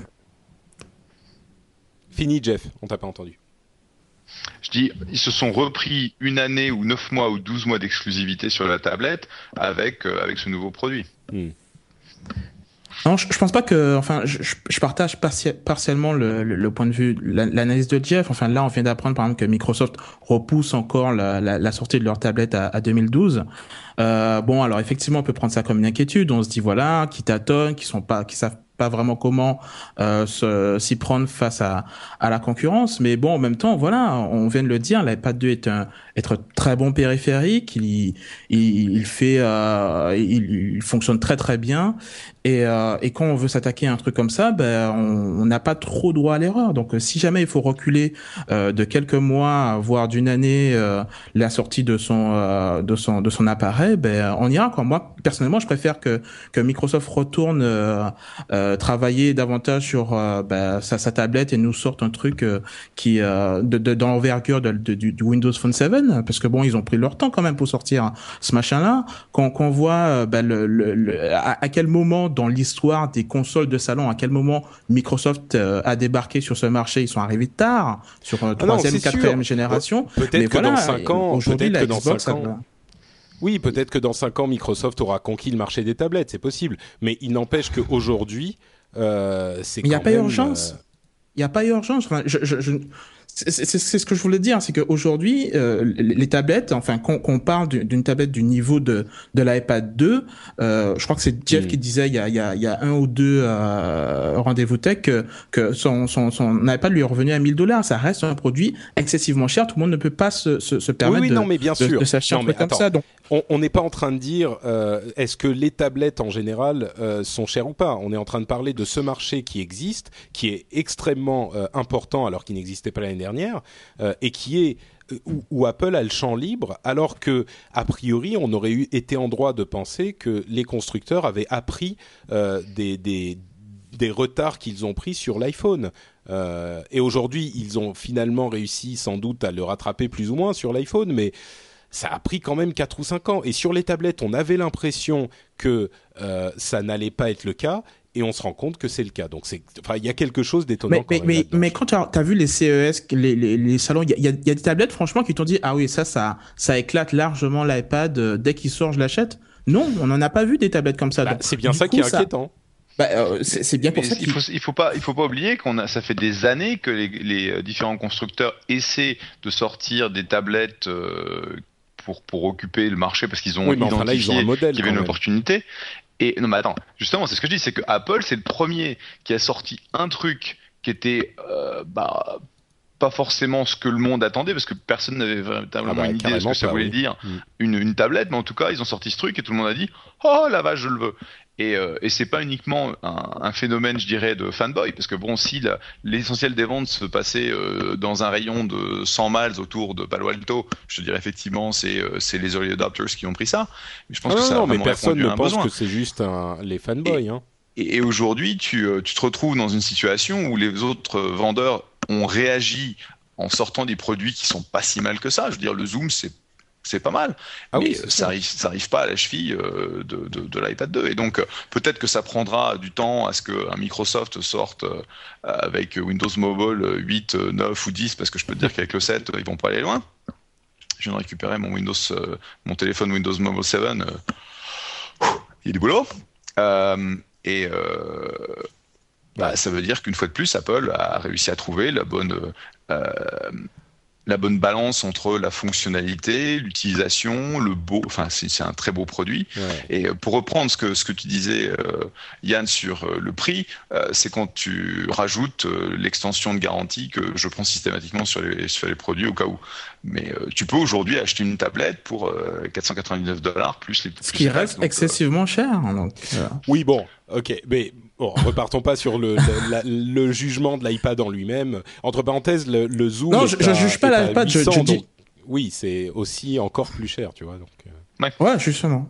Speaker 2: fini Jeff, on t'a pas entendu.
Speaker 4: Je dis, ils se sont repris une année ou neuf mois ou douze mois d'exclusivité sur la tablette avec euh, avec ce nouveau produit. Hmm.
Speaker 3: Non, je, je pense pas que, enfin, je, je partage parti- partiellement le, le, le point de vue, l'analyse de Jeff. Enfin, là, on vient d'apprendre, par exemple, que Microsoft repousse encore la, la, la sortie de leur tablette à, à deux mille douze. Euh, bon, alors effectivement, on peut prendre ça comme une inquiétude. On se dit voilà, qui tâtonnent, qui sont pas, qui savent pas vraiment comment euh, se, s'y prendre face à, à la concurrence. Mais bon, en même temps, voilà, on vient de le dire, l'iPad deux est un, est un très bon périphérique. Il, il, il fait, euh, il, il fonctionne très très bien. Et, euh, et quand on veut s'attaquer à un truc comme ça, ben on n'a pas trop droit à l'erreur. Donc, si jamais il faut reculer euh, de quelques mois, voire d'une année, euh, la sortie de son euh, de son de son appareil, ben on ira quoi. Moi, personnellement, je préfère que que Microsoft retourne euh, euh, travailler davantage sur euh, ben, sa, sa tablette et nous sorte un truc euh, qui euh, de, de dans l'envergure de, de, du, du Windows Phone sept, parce que bon, ils ont pris leur temps quand même pour sortir ce machin-là. Quand qu'on voit ben, le, le, le à, à quel moment dans l'histoire des consoles de salon, à quel moment Microsoft euh, a débarqué sur ce marché, ils sont arrivés tard, sur euh, troisième, quatrième génération.
Speaker 2: Peut-être
Speaker 3: mais
Speaker 2: que
Speaker 3: voilà,
Speaker 2: dans cinq ans,
Speaker 3: aujourd'hui,
Speaker 2: peut-être
Speaker 3: la
Speaker 2: que dans
Speaker 3: Xbox,
Speaker 2: cinq ans.
Speaker 3: ça...
Speaker 2: Oui, peut-être que dans cinq ans, Microsoft aura conquis le marché des tablettes, c'est possible. Mais il n'empêche qu'aujourd'hui, euh, c'est
Speaker 3: mais
Speaker 2: quand même...
Speaker 3: il n'y a pas urgence. Il n'y a pas urgence. Enfin, je, je, je... C'est, c'est, c'est ce que je voulais dire, c'est qu'aujourd'hui, euh, les, les tablettes, enfin, qu'on, qu'on parle d'une tablette du niveau de, de l'iPad deux, euh, je crois que c'est Jeff mmh. qui disait il y a, il y a, il y a un ou deux euh, rendez-vous tech que, que son, son, son iPad lui est revenu à mille dollars. Ça reste un produit excessivement cher. Tout le monde ne peut pas se, se, se permettre
Speaker 2: oui, oui,
Speaker 3: de,
Speaker 2: non, mais bien
Speaker 3: de,
Speaker 2: sûr.
Speaker 3: de s'acheter
Speaker 2: non,
Speaker 3: un truc
Speaker 2: mais
Speaker 3: comme
Speaker 2: attends.
Speaker 3: ça. Donc,
Speaker 2: on n'est pas en train de dire euh, est-ce que les tablettes en général euh, sont chères ou pas. On est en train de parler de ce marché qui existe, qui est extrêmement euh, important alors qu'il n'existait pas l'année dernière, euh, et qui est où, où Apple a le champ libre, alors que a priori on aurait eu, été en droit de penser que les constructeurs avaient appris euh, des, des, des retards qu'ils ont pris sur l'iPhone. Euh, et aujourd'hui ils ont finalement réussi sans doute à le rattraper plus ou moins sur l'iPhone, mais ça a pris quand même quatre ou cinq ans. Et sur les tablettes, on avait l'impression que euh, ça n'allait pas être le cas, et on se rend compte que c'est le cas. Donc, c'est, enfin, il y a quelque chose d'étonnant.
Speaker 3: Mais,
Speaker 2: quand
Speaker 3: mais,
Speaker 2: même
Speaker 3: mais, mais quand tu as, as vu les C E S, les, les, les salons, il y a, y, a, y a des tablettes, franchement, qui t'ont dit, ah oui, ça, ça, ça éclate largement l'iPad. Euh, dès qu'il sort, je l'achète. Non, on n'en a pas vu des tablettes comme ça.
Speaker 2: Bah,
Speaker 3: donc,
Speaker 2: c'est bien ça
Speaker 3: coup,
Speaker 2: qui est inquiétant.
Speaker 3: Bah, euh, c'est, c'est bien pour
Speaker 4: mais
Speaker 3: ça
Speaker 4: qu'il faut, il faut pas, il faut pas oublier qu'on a, ça fait des années que les, les différents constructeurs essaient de sortir des tablettes euh, pour pour occuper le marché parce qu'ils ont
Speaker 2: oui,
Speaker 4: identifié
Speaker 2: enfin là, ils ont un modèle,
Speaker 4: qu'il y avait une opportunité. Et non, mais attends, justement, c'est ce que je dis, c'est que Apple, c'est le premier qui a sorti un truc qui était euh, bah pas forcément ce que le monde attendait, parce que personne n'avait véritablement ah bah, une idée de ce que ça voulait oui. dire, mmh. une, une tablette, mais en tout cas, ils ont sorti ce truc et tout le monde a dit « Oh la vache, je le veux !» Et, euh, et c'est pas uniquement un, un phénomène, je dirais, de fanboy, parce que bon, si la, l'essentiel des ventes se passait euh, dans un rayon de cent miles autour de Palo Alto, je te dirais effectivement, c'est, euh, c'est les early adopters qui ont pris ça. Mais je pense
Speaker 2: ah
Speaker 4: que
Speaker 2: non,
Speaker 4: ça
Speaker 2: non,
Speaker 4: a
Speaker 2: mais
Speaker 4: vraiment
Speaker 2: personne
Speaker 4: répondu
Speaker 2: ne
Speaker 4: à un
Speaker 2: pense
Speaker 4: besoin.
Speaker 2: que c'est juste un, les fanboys.
Speaker 4: Et,
Speaker 2: hein.
Speaker 4: et, et aujourd'hui, tu, tu te retrouves dans une situation où les autres vendeurs ont réagi en sortant des produits qui sont pas si mal que ça. Je veux dire, le zoom, c'est c'est pas mal, ah mais oui, ça arrive, ça arrive pas à la cheville euh, de, de, de l'iPad deux. Et donc, euh, peut-être que ça prendra du temps à ce qu'un Microsoft sorte euh, avec Windows Mobile huit, neuf ou dix, parce que je peux te dire qu'avec le sept, ils vont pas aller loin. Je viens de récupérer mon Windows, euh, mon téléphone Windows Mobile sept. Euh, il y a du boulot. Euh, et euh, bah, ça veut dire qu'une fois de plus, Apple a réussi à trouver la bonne... Euh, la bonne balance entre la fonctionnalité, l'utilisation, le beau, enfin c'est, c'est un très beau produit. Ouais. Et pour reprendre ce que ce que tu disais, euh, Yann, sur euh, le prix, euh, c'est quand tu rajoutes euh, l'extension de garantie que je prends systématiquement sur les sur les produits au cas où. Mais euh, tu peux aujourd'hui acheter une tablette pour euh, quatre cent quatre-vingt-dix-neuf dollars plus les plus
Speaker 3: ce qui reste
Speaker 4: taxes, donc,
Speaker 3: excessivement
Speaker 4: euh...
Speaker 3: cher. Donc, euh...
Speaker 2: Oui, bon, ok, mais bon, repartons pas sur le, le, la, le jugement de l'iPad en lui-même. Entre parenthèses, le, le zoom.
Speaker 3: Non, je,
Speaker 2: à,
Speaker 3: je juge pas l'iPad.
Speaker 2: huit cents,
Speaker 3: je, je dis.
Speaker 2: Donc, oui, c'est aussi encore plus cher, tu vois. Donc.
Speaker 3: Euh... Ouais. ouais, justement.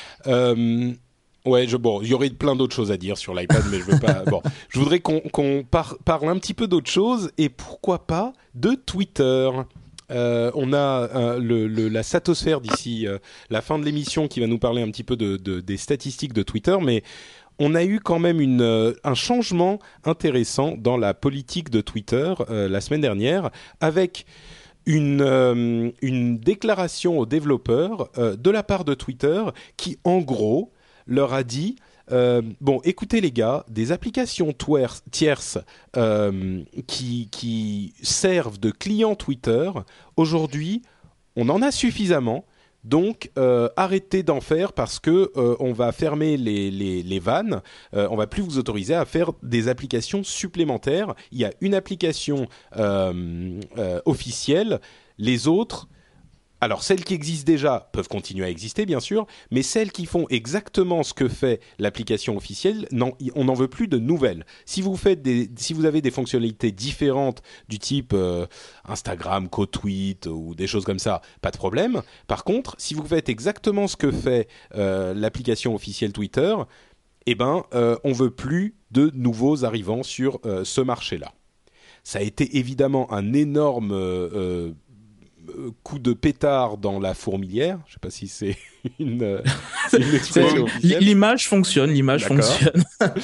Speaker 2: Euh, ouais, je, bon, il y aurait plein d'autres choses à dire sur l'iPad, mais je veux pas. Bon, je voudrais qu'on, qu'on par, parle un petit peu d'autre chose et pourquoi pas de Twitter. Euh, on a euh, le, le, la satosphère d'ici euh, la fin de l'émission qui va nous parler un petit peu de, de, des statistiques de Twitter, mais on a eu quand même une, euh, un changement intéressant dans la politique de Twitter euh, la semaine dernière, avec une, euh, une déclaration aux développeurs euh, de la part de Twitter qui, en gros, leur a dit Euh, bon, écoutez les gars, des applications twerce, tierces euh, qui, qui servent de client Twitter, aujourd'hui, on en a suffisamment, donc euh, arrêtez d'en faire parce que euh, on va fermer les, les, les vannes, euh, on va plus vous autoriser à faire des applications supplémentaires. Il y a une application euh, euh, officielle, les autres... Alors, celles qui existent déjà peuvent continuer à exister, bien sûr, mais celles qui font exactement ce que fait l'application officielle, non, on n'en veut plus de nouvelles. Si vous faites des, si vous avez des fonctionnalités différentes du type euh, Instagram, co-tweet ou des choses comme ça, pas de problème. Par contre, si vous faites exactement ce que fait euh, l'application officielle Twitter, eh ben, euh, on veut plus de nouveaux arrivants sur euh, ce marché-là. Ça a été évidemment un énorme euh, coup de pétard dans la fourmilière. Je sais pas si c'est une, une expression officielle.
Speaker 3: L'image fonctionne, l'image D'accord. fonctionne.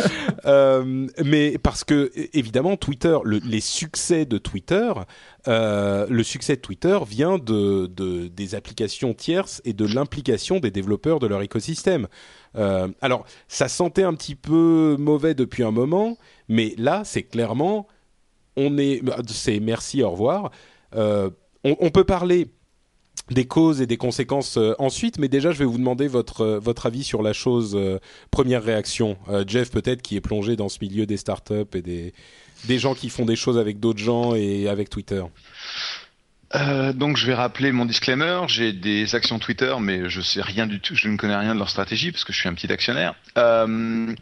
Speaker 2: euh, mais parce que évidemment Twitter, le, les succès de Twitter, euh, le succès de Twitter vient de, de des applications tierces et de l'implication des développeurs de leur écosystème. Euh, alors, ça sentait un petit peu mauvais depuis un moment, mais là, c'est clairement, on est, c'est merci, au revoir. Euh, On, on peut parler des causes et des conséquences euh, ensuite, mais déjà, je vais vous demander votre euh, votre avis sur la chose. Euh, première réaction, euh, Jeff, peut-être, qui est plongé dans ce milieu des startups et des des gens qui font des choses avec d'autres gens et avec Twitter.
Speaker 4: Euh, donc, je vais rappeler mon disclaimer. J'ai des actions Twitter, mais je sais rien du tout. Je ne connais rien de leur stratégie parce que je suis un petit actionnaire. Euh,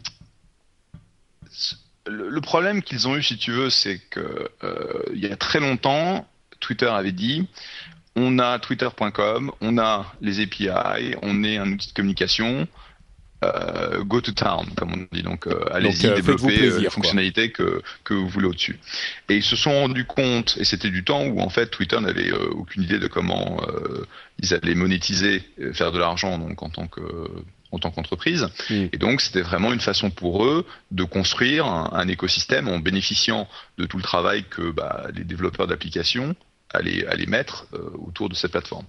Speaker 4: le, le problème qu'ils ont eu, si tu veux, c'est que euh, il y a très longtemps, Twitter avait dit, on a twitter point com, on a les A P I, on est un outil de communication, euh, go to town, comme on dit. Donc, euh, allez-y, donc, euh, développer plaisir, les fonctionnalités que, que vous voulez au-dessus. Et ils se sont rendus compte, et c'était du temps où, en fait, Twitter n'avait euh, aucune idée de comment euh, ils allaient monétiser, faire de l'argent, donc, en tant que... en tant qu'entreprise. Mmh. Et donc, c'était vraiment une façon pour eux de construire un, un écosystème en bénéficiant de tout le travail que bah, les développeurs d'applications allaient, allaient mettre euh, autour de cette plateforme.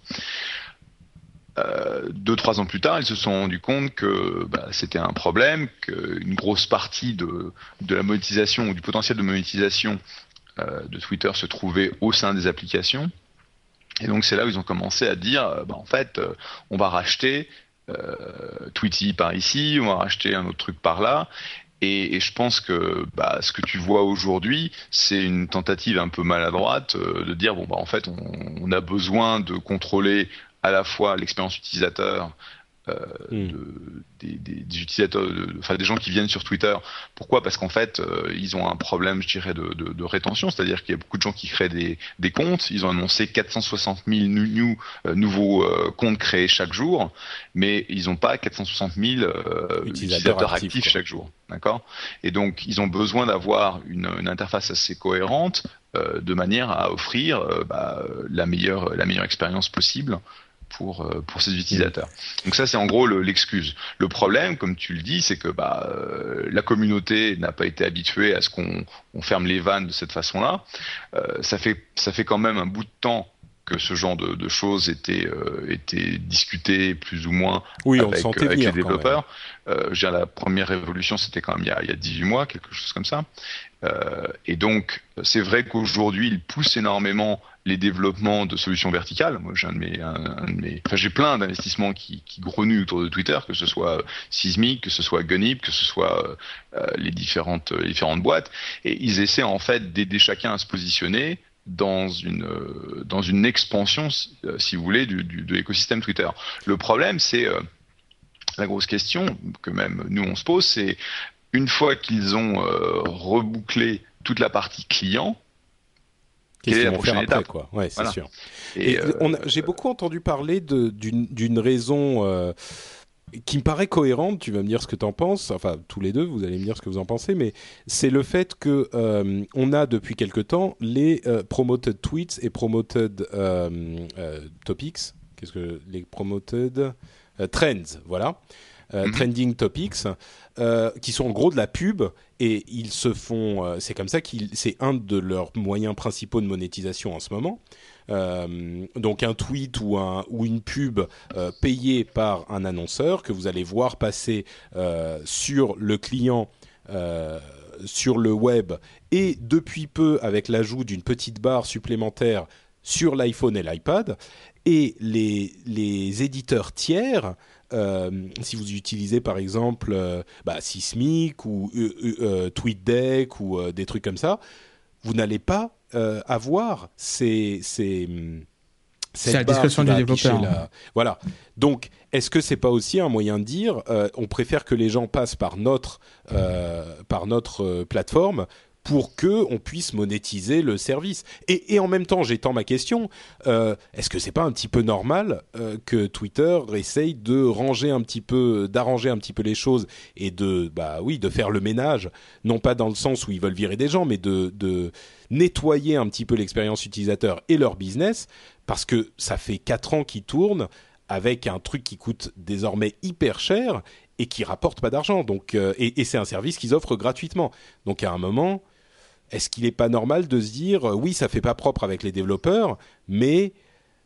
Speaker 4: Euh, deux, trois ans plus tard, ils se sont rendus compte que bah, c'était un problème, qu'une grosse partie de, de la monétisation ou du potentiel de monétisation euh, de Twitter se trouvait au sein des applications. Et donc, c'est là où ils ont commencé à dire, bah, en fait, euh, on va racheter Euh, Tweety par ici, on va racheter un autre truc par là, et, et je pense que bah, ce que tu vois aujourd'hui, c'est une tentative un peu maladroite euh, de dire bon bah en fait on, on a besoin de contrôler à la fois l'expérience utilisateur euh, mm. de, des, des, des utilisateurs, de, enfin des gens qui viennent sur Twitter. Pourquoi ? Parce qu'en fait, euh, ils ont un problème, je dirais, de, de, de rétention, c'est-à-dire qu'il y a beaucoup de gens qui créent des, des comptes. Ils ont annoncé quatre cent soixante mille new, euh, nouveaux euh, comptes créés chaque jour, mais ils n'ont pas quatre cent soixante mille euh, utilisateurs, utilisateurs actifs, actifs chaque jour. D'accord ? Et donc, ils ont besoin d'avoir une, une interface assez cohérente euh, de manière à offrir euh, bah, la meilleure, la meilleure expérience possible pour pour ces utilisateurs. Donc ça c'est en gros le, l'excuse. Le problème, comme tu le dis, c'est que bah euh, la communauté n'a pas été habituée à ce qu'on on ferme les vannes de cette façon-là. Euh, ça fait ça fait quand même un bout de temps que ce genre de, de choses était euh, était discuté plus ou moins
Speaker 2: oui,
Speaker 4: avec,
Speaker 2: on
Speaker 4: avec
Speaker 2: venir,
Speaker 4: les développeurs. Euh, j'ai la première révolution, c'était quand même il y a il y a dix-huit mois, quelque chose comme ça. Euh, et donc c'est vrai qu'aujourd'hui ils poussent énormément les développements de solutions verticales. Moi, j'ai un de mes, un, un de mes, enfin, j'ai plein d'investissements qui, qui grenouillent autour de Twitter, que ce soit Seesmic, que ce soit Gunip, que ce soit euh, les différentes, les différentes boîtes, et ils essaient en fait d'aider chacun à se positionner dans une euh, dans une expansion, euh, si vous voulez, du, du, de l'écosystème Twitter. Le problème, c'est euh, la grosse question que même nous on se pose, c'est une fois qu'ils ont euh, rebouclé toute la partie client,
Speaker 2: Qu'est-ce
Speaker 4: quelle est
Speaker 2: qu'ils
Speaker 4: la
Speaker 2: vont faire
Speaker 4: prochaine
Speaker 2: après,
Speaker 4: étape,
Speaker 2: quoi. Ouais, c'est
Speaker 4: voilà.
Speaker 2: sûr.
Speaker 4: Et,
Speaker 2: Et
Speaker 4: euh,
Speaker 2: on a, j'ai beaucoup entendu parler de, d'une, d'une raison euh, qui me paraît cohérente. Tu vas me dire ce que tu en penses. Enfin, tous les deux, vous allez me dire ce que vous en pensez. Mais c'est le fait que euh, on a depuis quelque temps les euh, promoted tweets et promoted euh, euh, topics. Qu'est-ce que les promoted euh, trends, voilà. Euh, mm-hmm. Trending topics, euh, qui sont en gros de la pub, et ils se font. Euh, c'est comme ça qu'ils. C'est un de leurs moyens principaux de monétisation en ce moment. Euh, donc un tweet ou un ou une pub euh, payée par un annonceur que vous allez voir passer euh, sur le client. Euh, sur le web, et depuis peu avec l'ajout d'une petite barre supplémentaire sur l'iPhone et l'iPad, et les les éditeurs tiers. Euh, si vous utilisez par exemple euh, bah, Seesmic ou euh, euh, TweetDeck ou euh, des trucs comme ça, vous n'allez pas euh, avoir ces, ces,
Speaker 3: c'est à la discrétion du développeur.
Speaker 2: La... Voilà. Donc, est-ce que c'est pas aussi un moyen de dire euh, on préfère que les gens passent par notre, euh, par notre euh, plateforme pour que on puisse monétiser le service. Et, et en même temps, j'étends ma question, euh, est-ce que c'est pas un petit peu normal euh, que Twitter essaye de ranger un petit peu, d'arranger un petit peu les choses et de, bah oui, de faire le ménage, non pas dans le sens où ils veulent virer des gens, mais de, de nettoyer un petit peu l'expérience utilisateur et leur business, parce que ça fait quatre ans qu'ils tournent avec un truc qui coûte désormais hyper cher et qui rapporte pas d'argent. Donc, euh, et, et c'est un service qu'ils offrent gratuitement. Donc à un moment, est-ce qu'il n'est pas normal de se dire euh, oui, ça fait pas propre avec les développeurs, mais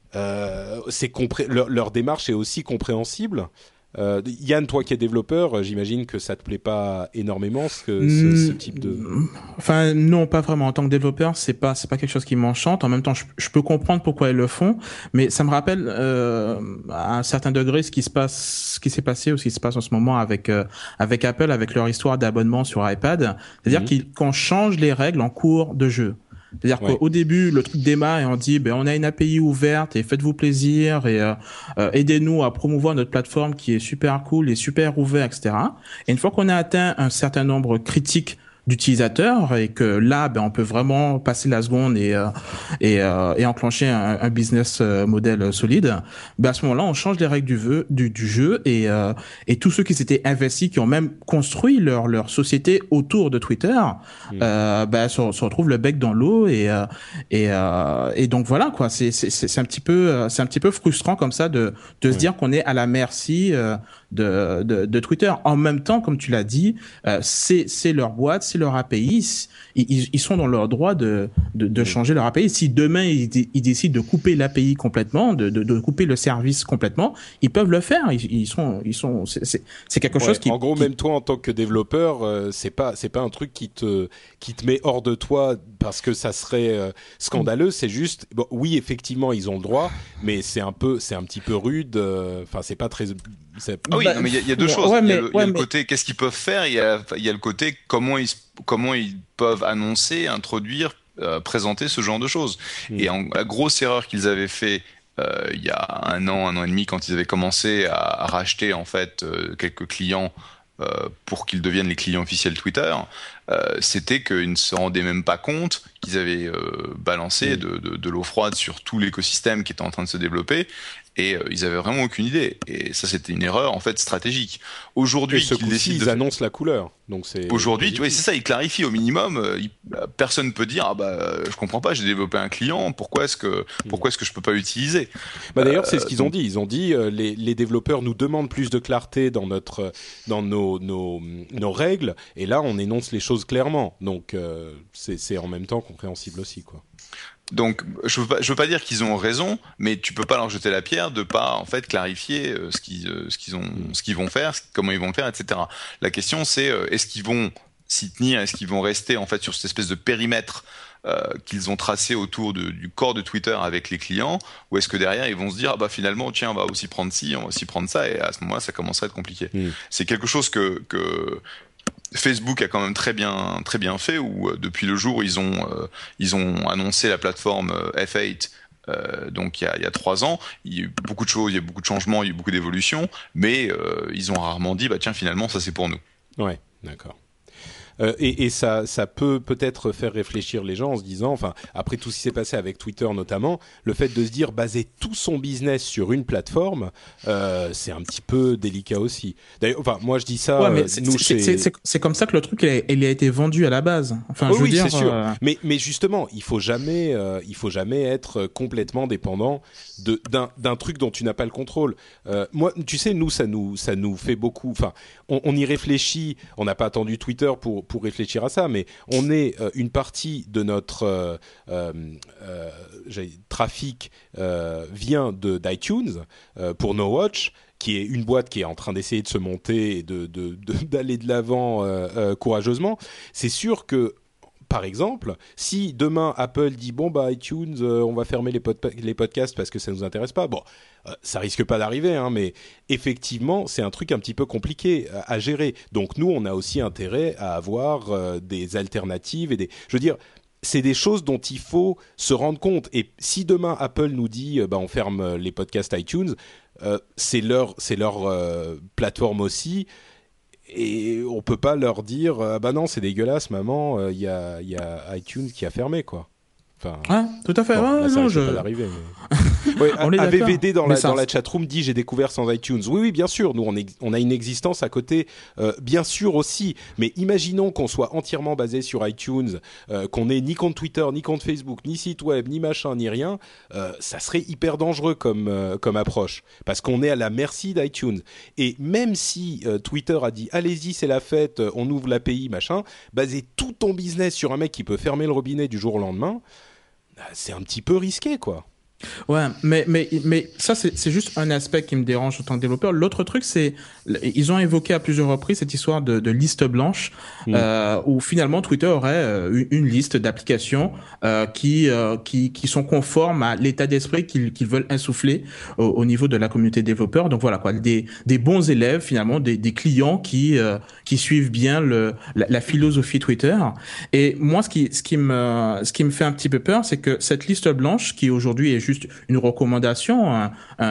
Speaker 2: euh, c'est compré- leur, leur démarche est aussi compréhensible. Euh, Yann, toi qui es développeur, j'imagine que ça te plaît pas énormément ce, que, ce, ce type de.
Speaker 3: Enfin non, pas vraiment. En tant que développeur, c'est pas c'est pas quelque chose qui m'enchante. En même temps, je, je peux comprendre pourquoi ils le font, mais ça me rappelle euh, à un certain degré ce qui se passe, ce qui s'est passé ou ce qui se passe en ce moment avec euh, avec Apple, avec leur histoire d'abonnement sur iPad. C'est-à-dire mmh. qu'on change les règles en cours de jeu. C'est-à-dire ouais. qu'au début, le truc démarre et on dit, ben, on a une A P I ouverte et faites-vous plaisir et euh, euh, aidez-nous à promouvoir notre plateforme qui est super cool et super ouverte, et cetera. Et une fois qu'on a atteint un certain nombre critique d'utilisateurs et que là, ben, on peut vraiment passer la seconde et euh, et, euh, et enclencher un, un business model solide. Ben à ce moment-là, on change les règles du, vœu, du, du jeu et euh, et tous ceux qui s'étaient investis, qui ont même construit leur leur société autour de Twitter, mmh. euh, ben se, se retrouvent le bec dans l'eau et euh, et euh, et donc voilà quoi. C'est c'est c'est un petit peu c'est un petit peu frustrant comme ça de de mmh. se dire qu'on est à la merci euh, de, de de Twitter. En même temps, comme tu l'as dit, euh, c'est c'est leur boîte, c'est leur A P I, ils, ils sont dans leur droit de, de, de changer leur A P I. Si demain ils, ils décident de couper l'A P I complètement, de, de, de couper le service complètement, ils peuvent le faire. Ils, ils sont, ils sont, c'est, c'est, c'est quelque ouais, chose qui.
Speaker 2: En gros,
Speaker 3: qui...
Speaker 2: même toi en tant que développeur, euh, c'est pas, c'est pas un truc qui te, qui te met hors de toi parce que ça serait euh, scandaleux. C'est juste, bon, oui, effectivement, ils ont le droit, mais c'est un peu, c'est un petit peu rude. Enfin, euh, c'est pas très. C'est...
Speaker 4: Ah oui, bah, non, mais il y, y a deux ouais, choses.
Speaker 3: Ouais,
Speaker 4: il y
Speaker 3: mais,
Speaker 4: a le,
Speaker 3: ouais,
Speaker 4: il y a le
Speaker 3: mais...
Speaker 4: côté qu'est-ce qu'ils peuvent faire. Il y a, il y a le côté comment ils, comment ils peuvent annoncer, introduire, euh, présenter ce genre de choses. Mmh. Et en, la grosse erreur qu'ils avaient fait euh, il y a un an, un an et demi, quand ils avaient commencé à, à racheter en fait euh, quelques clients euh, pour qu'ils deviennent les clients officiels Twitter, euh, c'était qu'ils ne se rendaient même pas compte qu'ils avaient euh, balancé mmh. de, de, de l'eau froide sur tout l'écosystème qui était en train de se développer. Et euh, ils avaient vraiment aucune idée. Et ça, c'était une erreur en fait stratégique. Aujourd'hui,
Speaker 2: ce qu'ils décident, ils de... annoncent la couleur. Donc c'est.
Speaker 4: Aujourd'hui, tu vois, c'est ça. Ils clarifient au minimum. Euh, il... Personne peut dire, ah bah, je comprends pas. J'ai développé un client. Pourquoi est-ce que, pourquoi est-ce que je peux pas l'utiliser?
Speaker 2: Bah d'ailleurs, euh, c'est ce qu'ils donc... ont dit. Ils ont dit, euh, les, les développeurs nous demandent plus de clarté dans notre, dans nos, nos, nos règles. Et là, on énonce les choses clairement. Donc euh, c'est, c'est en même temps compréhensible aussi, quoi.
Speaker 4: Donc, je veux pas, je veux pas dire qu'ils ont raison, mais tu peux pas leur jeter la pierre de pas en fait clarifier euh, ce qu'ils, euh, ce qu'ils ont, ce qu'ils vont faire, comment ils vont le faire, et cetera. La question c'est euh, est-ce qu'ils vont s'y tenir, est-ce qu'ils vont rester en fait sur cette espèce de périmètre euh, qu'ils ont tracé autour de, du corps de Twitter avec les clients, ou est-ce que derrière ils vont se dire ah bah finalement tiens on va aussi prendre ci, on va aussi prendre ça, et à ce moment-là ça commencerait à être compliqué. Mmh. C'est quelque chose que que Facebook a quand même très bien très bien fait, où euh, depuis le jour où ils ont euh, ils ont annoncé la plateforme euh, F huit. Euh, donc il y a il y a trois ans, il y a eu beaucoup de choses, il y a eu beaucoup de changements, il y a eu beaucoup d'évolutions, mais euh, ils ont rarement dit bah tiens finalement ça c'est pour nous.
Speaker 2: Ouais, d'accord. Euh, et, et ça, ça peut peut-être faire réfléchir les gens en se disant, enfin, après tout ce qui s'est passé avec Twitter notamment, le fait de se dire baser tout son business sur une plateforme, euh, c'est un petit peu délicat aussi. D'ailleurs, enfin, moi je dis ça.
Speaker 3: Ouais, mais
Speaker 2: euh,
Speaker 3: c'est,
Speaker 2: nous,
Speaker 3: c'est,
Speaker 2: chez...
Speaker 3: c'est, c'est, c'est comme ça que le truc il a, il a été vendu à la base. Enfin,
Speaker 2: oh,
Speaker 3: je veux
Speaker 2: oui,
Speaker 3: dire.
Speaker 2: c'est sûr.
Speaker 3: Euh...
Speaker 2: Mais, mais justement, il faut jamais, euh, il faut jamais être complètement dépendant de, d'un, d'un truc dont tu n'as pas le contrôle. Euh, moi, tu sais, nous, ça nous, ça nous fait beaucoup. Enfin, on, on y réfléchit. On n'a pas attendu Twitter pour pour réfléchir à ça. Mais on est euh, une partie de notre euh, euh, euh, trafic euh, vient de d'iTunes euh, pour No Watch, qui est une boîte qui est en train d'essayer de se monter et de, de, de d'aller de l'avant euh, euh, courageusement. C'est sûr que par exemple, si demain Apple dit bon bah iTunes, euh, on va fermer les, pod- les podcasts parce que ça nous intéresse pas, bon, euh, ça risque pas d'arriver, hein, mais effectivement c'est un truc un petit peu compliqué à, à gérer. Donc nous on a aussi intérêt à avoir euh, des alternatives et des, je veux dire, c'est des choses dont il faut se rendre compte. Et si demain Apple nous dit euh, bah on ferme les podcasts iTunes, euh, c'est leur c'est leur euh, plateforme aussi. Et on peut pas leur dire ah bah non c'est dégueulasse maman, il y a il y a iTunes qui a fermé quoi. Enfin,
Speaker 3: ah, tout à fait.
Speaker 2: Bon,
Speaker 3: ouais,
Speaker 2: là, ça
Speaker 3: non,
Speaker 2: risque
Speaker 3: je...
Speaker 2: pas d'arriver. Mais... ouais,
Speaker 3: on est
Speaker 2: A V V D dans la,
Speaker 3: ça,
Speaker 2: dans la chatroom dit j'ai découvert sans iTunes. Oui, oui, bien sûr. Nous, on, est, on a une existence à côté, euh, bien sûr aussi. Mais imaginons qu'on soit entièrement basé sur iTunes, euh, qu'on ait ni compte Twitter, ni compte Facebook, ni site web, ni machin, ni rien. Euh, ça serait hyper dangereux comme, euh, comme approche. Parce qu'on est à la merci d'iTunes. Et même si euh, Twitter a dit allez-y, c'est la fête, on ouvre l'A P I, machin, baser tout ton business sur un mec qui peut fermer le robinet du jour au lendemain, c'est un petit peu risqué, quoi.
Speaker 3: Ouais, mais mais mais ça c'est c'est juste un aspect qui me dérange en tant que développeur. L'autre truc c'est ils ont évoqué à plusieurs reprises cette histoire de, de liste blanche mmh. euh, où finalement Twitter aurait euh, une liste d'applications euh, qui euh, qui qui sont conformes à l'état d'esprit qu'ils qu'ils veulent insuffler au, au niveau de la communauté développeur. Donc voilà quoi, des des bons élèves finalement, des des clients qui euh, qui suivent bien le la, la philosophie Twitter. Et moi ce qui ce qui me ce qui me fait un petit peu peur, c'est que cette liste blanche qui aujourd'hui est juste une recommandation, un,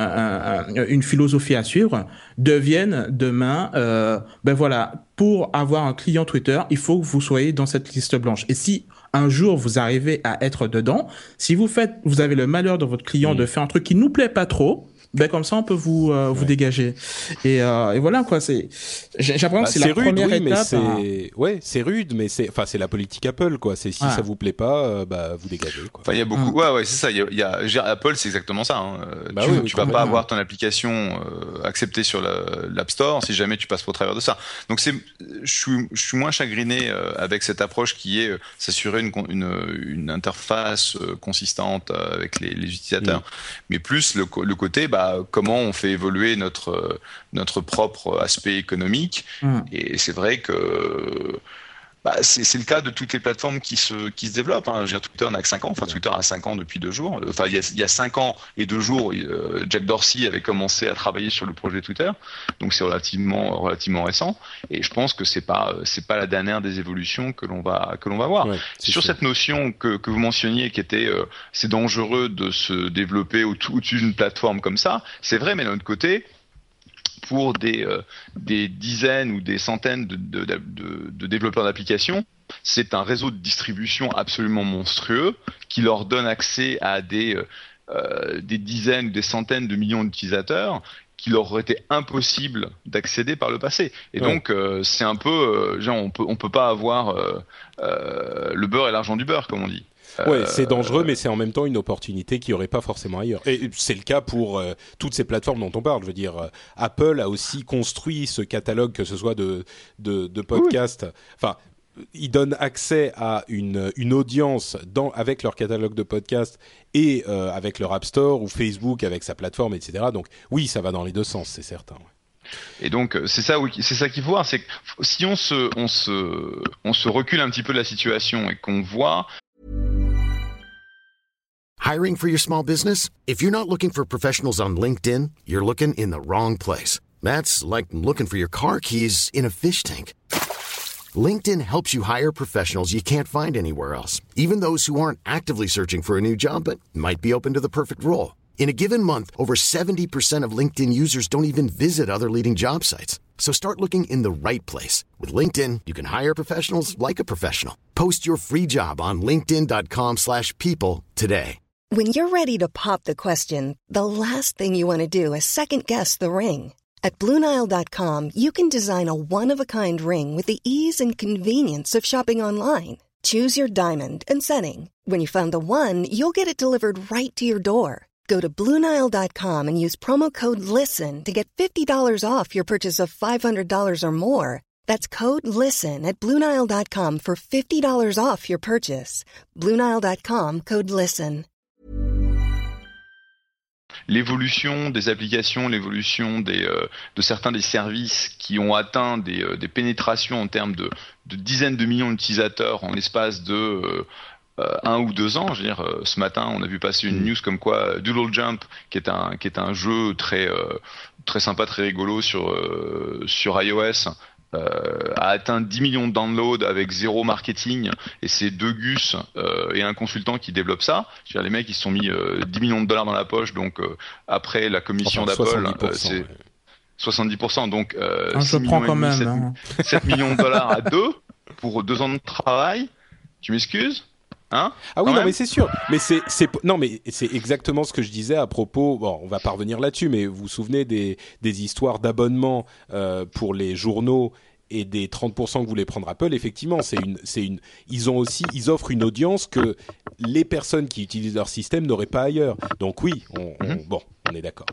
Speaker 3: un, un, une philosophie à suivre, devienne demain, euh, ben voilà, pour avoir un client Twitter, il faut que vous soyez dans cette liste blanche. Et si un jour vous arrivez à être dedans, si vous faites, vous avez le malheur de votre client mmh. de faire un truc qui nous plaît pas trop, ben comme ça on peut vous euh, vous ouais. dégager. Et, euh, et voilà quoi, c'est j'ai, j'ai l'impression bah, que c'est, c'est la rude, première
Speaker 2: oui,
Speaker 3: étape.
Speaker 2: Mais c'est à... ouais, c'est rude, mais c'est enfin c'est la politique Apple quoi. C'est si ah. ça vous plaît pas, euh, bah vous dégagez quoi.
Speaker 4: Enfin il y a beaucoup, mmh. ouais ouais c'est ça. Il y a, il y a genre, Apple c'est exactement ça. Hein. Bah tu, oui, tu vas pas avoir ton application euh, acceptée sur la, l'App Store si jamais tu passes au travers de ça. Donc c'est je suis je suis moins chagriné euh, avec cette approche qui est euh, s'assurer une une une interface euh, consistante euh, avec les, les utilisateurs, mmh. mais plus le le côté bah comment on fait évoluer notre notre propre aspect économique. Mmh. Et c'est vrai que bah, c'est, c'est le cas de toutes les plateformes qui se qui se développent. Hein. Twitter n'a que cinq ans. Enfin, Twitter a cinq ans depuis deux jours. Enfin, il y a il y a cinq ans et deux jours, euh, Jack Dorsey avait commencé à travailler sur le projet Twitter. Donc c'est relativement relativement récent. Et je pense que c'est pas c'est pas la dernière des évolutions que l'on va que l'on va voir. Ouais, sur sûr. Cette notion que que vous mentionniez, qui était euh, c'est dangereux de se développer au- au-dessus d'une plateforme comme ça. C'est vrai, mais d'un autre côté, pour des euh, des dizaines ou des centaines de, de, de, de développeurs d'applications, c'est un réseau de distribution absolument monstrueux qui leur donne accès à des euh, des dizaines ou des centaines de millions d'utilisateurs qui leur aurait été impossible d'accéder par le passé. Et ouais. donc euh, c'est un peu euh, genre on peut on peut pas avoir euh, euh, le beurre et l'argent du beurre comme on dit.
Speaker 2: Ouais, c'est dangereux, mais c'est en même temps une opportunité qu'il n'y aurait pas forcément ailleurs. Et c'est le cas pour euh, toutes ces plateformes dont on parle. Je veux dire, euh, Apple a aussi construit ce catalogue, que ce soit de de, de podcasts. Oui. Enfin, ils donnent accès à une une audience dans avec leur catalogue de podcasts et euh, avec leur App Store ou Facebook avec sa plateforme, et cetera. Donc oui, ça va dans les deux sens, c'est certain. Ouais.
Speaker 4: Et donc c'est ça, oui, c'est ça qu'il faut voir, c'est que si on se on se on se recule un petit peu de la situation et qu'on voit.
Speaker 5: Hiring for your small business? If you're not looking for professionals on LinkedIn, you're looking in the wrong place. That's like looking for your car keys in a fish tank. LinkedIn helps you hire professionals you can't find anywhere else, even those who aren't actively searching for a new job but might be open to the perfect role. In a given month, over seventy percent of LinkedIn users don't even visit other leading job sites. So start looking in the right place. With LinkedIn, you can hire professionals like a professional. Post your free job on linkedin.com slash people today.
Speaker 6: When you're ready to pop the question, the last thing you want to do is second-guess the ring. At Blue Nile dot com, you can design a one-of-a-kind ring with the ease and convenience of shopping online. Choose your diamond and setting. When you find the one, you'll get it delivered right to your door. Go to Blue Nile dot com and use promo code LISTEN to get fifty dollars off your purchase of five hundred dollars or more. That's code LISTEN at Blue Nile dot com for fifty dollars off your purchase. Blue Nile dot com, code LISTEN.
Speaker 4: L'évolution des applications, l'évolution des, euh, de certains des services qui ont atteint des, euh, des pénétrations en termes de, de dizaines de millions d'utilisateurs en l'espace de... Euh, Euh, un ou deux ans, je veux dire, euh, ce matin, on a vu passer une news comme quoi Doodle Jump, qui est un qui est un jeu très euh, très sympa, très rigolo sur euh, sur iOS, euh, a atteint dix millions de downloads avec zéro marketing, et c'est deux gus euh, et un consultant qui développe ça. Je veux dire, les mecs ils se sont mis euh, dix millions de dollars dans la poche, donc euh, après la commission
Speaker 2: enfin,
Speaker 4: d'Apple, euh, c'est
Speaker 2: ouais.
Speaker 4: soixante-dix pour cent, donc euh,
Speaker 3: ah, je prends quand même
Speaker 4: sept,
Speaker 3: hein.
Speaker 4: sept millions de dollars à deux pour deux ans de travail. Tu m'excuses? Hein
Speaker 2: ah oui,
Speaker 4: non
Speaker 2: même
Speaker 4: mais
Speaker 2: c'est sûr. Mais c'est, c'est, non, mais c'est exactement ce que je disais à propos. Bon, on va pas revenir là-dessus, mais vous vous souvenez des des histoires d'abonnement euh, pour les journaux et des trente pour cent que voulait prendre Apple. Effectivement, c'est une, c'est une. Ils ont aussi, ils offrent une audience que les personnes qui utilisent leur système n'auraient pas ailleurs. Donc oui, on, on mm-hmm. bon, on est d'accord.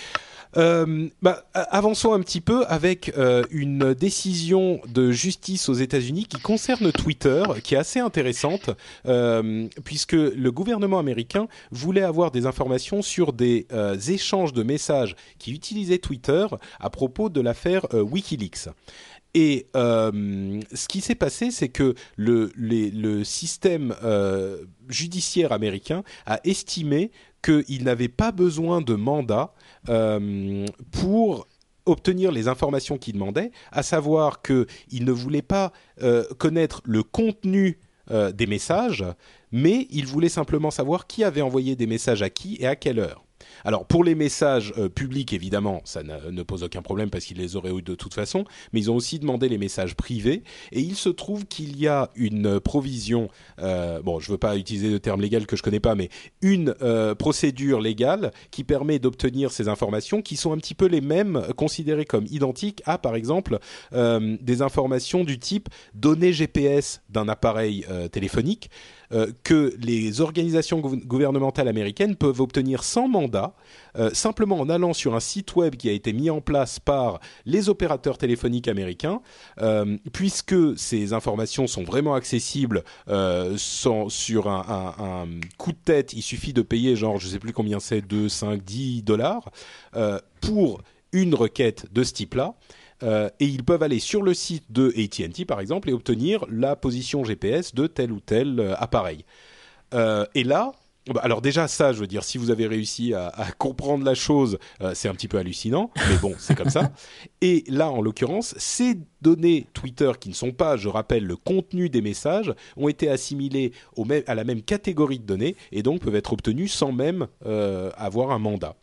Speaker 2: Euh, bah, avançons un petit peu avec euh, une décision de justice aux États-Unis qui concerne Twitter, qui est assez intéressante, euh, puisque le gouvernement américain voulait avoir des informations sur des euh, échanges de messages qui utilisaient Twitter à propos de l'affaire euh, WikiLeaks. Et euh, ce qui s'est passé, c'est que le, les, le système euh, judiciaire américain a estimé qu'il n'avait pas besoin de mandat euh, pour obtenir les informations qu'il demandait, à savoir qu'il ne voulait pas euh, connaître le contenu euh, des messages, mais il voulait simplement savoir qui avait envoyé des messages à qui et à quelle heure. Alors pour les messages euh, publics, évidemment, ça ne, ne pose aucun problème parce qu'ils les auraient eu de toute façon, mais ils ont aussi demandé les messages privés, et il se trouve qu'il y a une provision, euh, bon je ne veux pas utiliser de terme légal que je ne connais pas, mais une euh, procédure légale qui permet d'obtenir ces informations qui sont un petit peu les mêmes, considérées comme identiques à, par exemple, euh, des informations du type données G P S d'un appareil euh, téléphonique, Euh, que les organisations gouv- gouvernementales américaines peuvent obtenir sans mandat, euh, simplement en allant sur un site web qui a été mis en place par les opérateurs téléphoniques américains, euh, puisque ces informations sont vraiment accessibles euh, sans, sur un, un, un coup de tête. Il suffit de payer genre, je ne sais plus combien c'est, deux, cinq, dix dollars euh, pour une requête de ce type-là. Euh, et ils peuvent aller sur le site de A T and T, par exemple, et obtenir la position G P S de tel ou tel euh, appareil. Euh, et là, bah, alors déjà ça, je veux dire, si vous avez réussi à, à comprendre la chose, euh, c'est un petit peu hallucinant, mais bon, c'est comme ça. Et là, en l'occurrence, ces données Twitter, qui ne sont pas, je rappelle, le contenu des messages, ont été assimilées au même, à la même catégorie de données, et donc peuvent être obtenues sans même euh, avoir un mandat.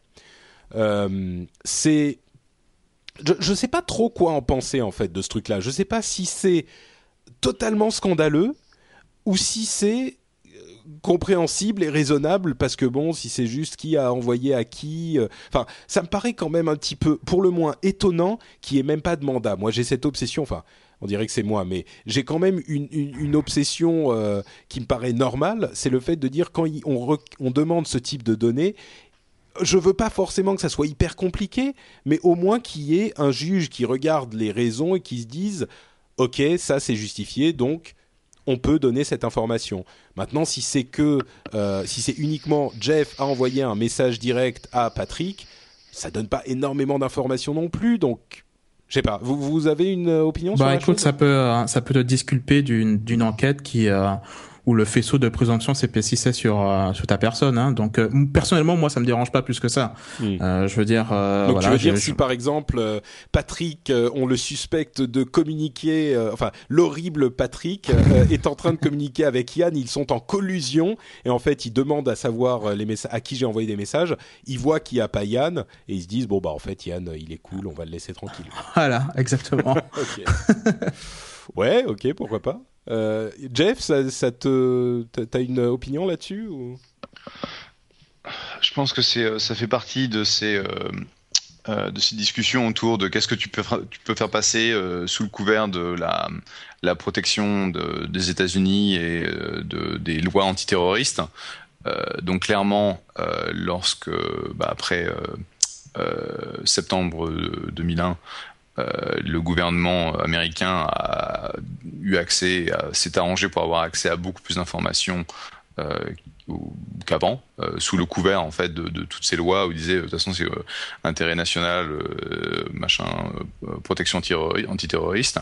Speaker 2: Euh, c'est... Je ne sais pas trop quoi en penser en fait de ce truc-là. Je ne sais pas si c'est totalement scandaleux ou si c'est compréhensible et raisonnable, parce que bon, si c'est juste qui a envoyé à qui, enfin, euh, ça me paraît quand même un petit peu, pour le moins, étonnant qu'il n'y ait même pas de mandat. Moi, j'ai cette obsession, enfin, on dirait que c'est moi, mais j'ai quand même une, une, une obsession euh, qui me paraît normale, c'est le fait de dire quand y, on, re, on demande ce type de données. Je veux pas forcément que ça soit hyper compliqué, mais au moins qu'il y ait un juge qui regarde les raisons et qui se dise « Ok, ça c'est justifié, donc on peut donner cette information. » Maintenant, si c'est que, euh, si c'est uniquement Jeff a envoyé un message direct à Patrick, ça donne pas énormément d'informations non plus, donc... Je sais pas. Vous, vous avez une opinion
Speaker 3: bah,
Speaker 2: sur la
Speaker 3: écoute,
Speaker 2: chose ?
Speaker 3: ça peut, ça peut te disculper d'une, d'une enquête qui, euh, où le faisceau de présomption s'épaississait sur euh, sur ta personne. Hein. Donc euh, personnellement, moi, ça me dérange pas plus que ça. Mm. Euh, je veux dire. Euh,
Speaker 2: Donc
Speaker 3: voilà,
Speaker 2: tu veux dire
Speaker 3: je,
Speaker 2: si
Speaker 3: je...
Speaker 2: par exemple euh, Patrick, euh, on le suspecte de communiquer, euh, enfin l'horrible Patrick euh, est en train de communiquer avec Yann, ils sont en collusion et en fait ils demandent à savoir les messages à qui j'ai envoyé des messages, ils voient qu'il y a pas Yann et ils se disent bon bah en fait Yann il est cool, on va le laisser tranquille.
Speaker 3: Voilà, exactement.
Speaker 2: Ok. Ouais, ok, pourquoi pas. Euh, Jeff, ça, ça te, t'as une opinion là-dessus ou...
Speaker 4: Je pense que c'est, ça fait partie de ces, euh, euh, de ces discussions autour de qu'est-ce que tu peux, tu peux faire passer euh, sous le couvert de la, la protection de, des États-Unis et euh, de, des lois antiterroristes. Euh, donc clairement, euh, lorsque, bah, après euh, euh, septembre deux mille un, Euh, le gouvernement américain a eu accès, a, s'est arrangé pour avoir accès à beaucoup plus d'informations euh, qu'avant, euh, sous le couvert en fait de, de toutes ces lois où il disait de toute façon c'est euh, intérêt national, euh, machin, euh, protection antiterroriste.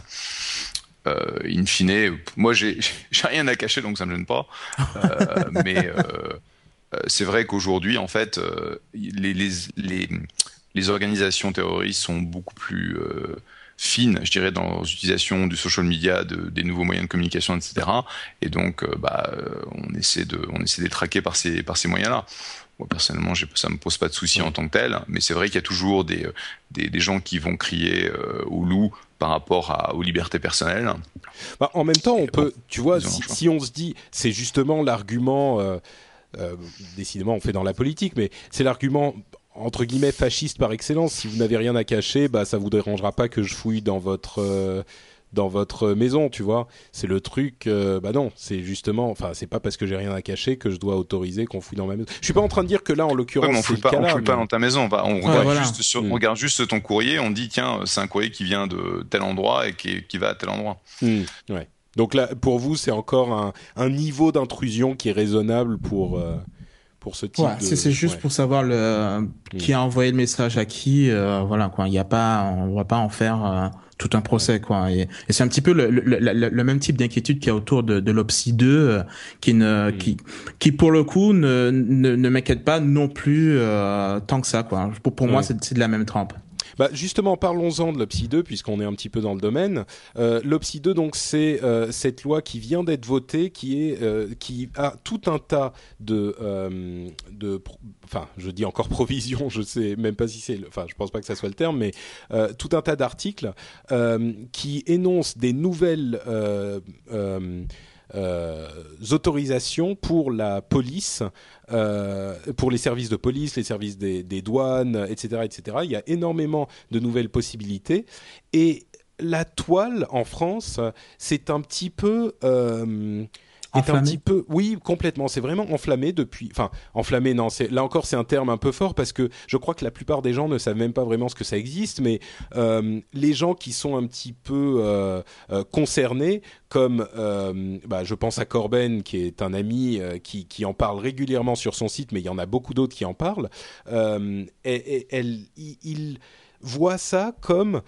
Speaker 4: Euh, in fine, moi j'ai, j'ai rien à cacher donc ça me gêne pas, euh, mais euh, c'est vrai qu'aujourd'hui en fait euh, les, les, les les organisations terroristes sont beaucoup plus euh, fines, je dirais, dans l'utilisation du social media, de, des nouveaux moyens de communication, et cetera. Et donc, euh, bah, euh, on essaie de, on essaie de les traquer par ces, par ces moyens-là. Moi, personnellement, j'ai, ça me pose pas de souci en tant que tel, mais c'est vrai qu'il y a toujours des, des, des gens qui vont crier euh, au loup par rapport à, aux libertés personnelles.
Speaker 2: Bah, en même temps, on
Speaker 4: Et
Speaker 2: peut,
Speaker 4: bon,
Speaker 2: tu vois, si, si on se dit, c'est justement l'argument, euh, euh, décidément, on fait dans la politique, mais c'est l'argument entre guillemets fasciste par excellence. Si vous n'avez rien à cacher, bah ça vous dérangera pas que je fouille dans votre euh, dans votre maison, tu vois. C'est le truc. Euh, bah non, c'est justement. Enfin, c'est pas parce que j'ai rien à cacher que je dois autoriser qu'on fouille dans ma maison. Je suis pas en train de dire que là, en l'occurrence,
Speaker 4: ouais, on
Speaker 2: fouille
Speaker 4: pas, on fouille
Speaker 2: mais...
Speaker 4: pas dans ta maison. On, on regarde
Speaker 3: ouais, voilà.
Speaker 4: juste sur,
Speaker 2: mmh.
Speaker 4: on regarde juste ton courrier. On dit tiens, c'est un courrier qui vient de tel endroit et qui, qui va à tel endroit.
Speaker 2: Mmh, ouais. Donc là, pour vous, c'est encore un, un niveau d'intrusion qui est raisonnable pour. Euh... Pour ce type
Speaker 3: ouais,
Speaker 2: de...
Speaker 3: c'est, c'est juste ouais. pour savoir le mmh. qui a envoyé le message à qui, euh, voilà quoi. Il y a pas, on va pas en faire euh, tout un procès ouais. quoi. Et, et c'est un petit peu le, le, le, le, le même type d'inquiétude qu'il y a autour de, de l'O P S I deux, euh, qui ne, mmh. qui, qui pour le coup ne, ne, ne m'inquiète pas non plus euh, tant que ça quoi. Pour, pour ouais. moi, c'est, c'est de la même trempe.
Speaker 2: Bah justement, parlons-en de l'O P S I deux puisqu'on est un petit peu dans le domaine. Euh, L'O P S I deux, donc, c'est euh, cette loi qui vient d'être votée, qui est euh, qui a tout un tas de euh, de, enfin, je dis encore provisions, je sais même pas si c'est, enfin, je pense pas que ça soit le terme, mais euh, tout un tas d'articles euh, qui énoncent des nouvelles euh, euh, Euh, autorisations pour la police, euh, pour les services de police, les services des, des douanes, et cetera, et cetera. Il y a énormément de nouvelles possibilités. Et la toile en France, c'est un petit peu... Euh, est un petit peu, oui, complètement. C'est vraiment enflammé depuis. Enfin, enflammé. Non, c'est là encore, c'est un terme un peu fort parce que je crois que la plupart des gens ne savent même pas vraiment ce que ça existe. Mais euh, les gens qui sont un petit peu euh, euh, concernés, comme, euh, bah, je pense à Corben, qui est un ami euh, qui qui en parle régulièrement sur son site, mais il y en a beaucoup d'autres qui en parlent. Euh, et, et, elle, il, il voit ça comme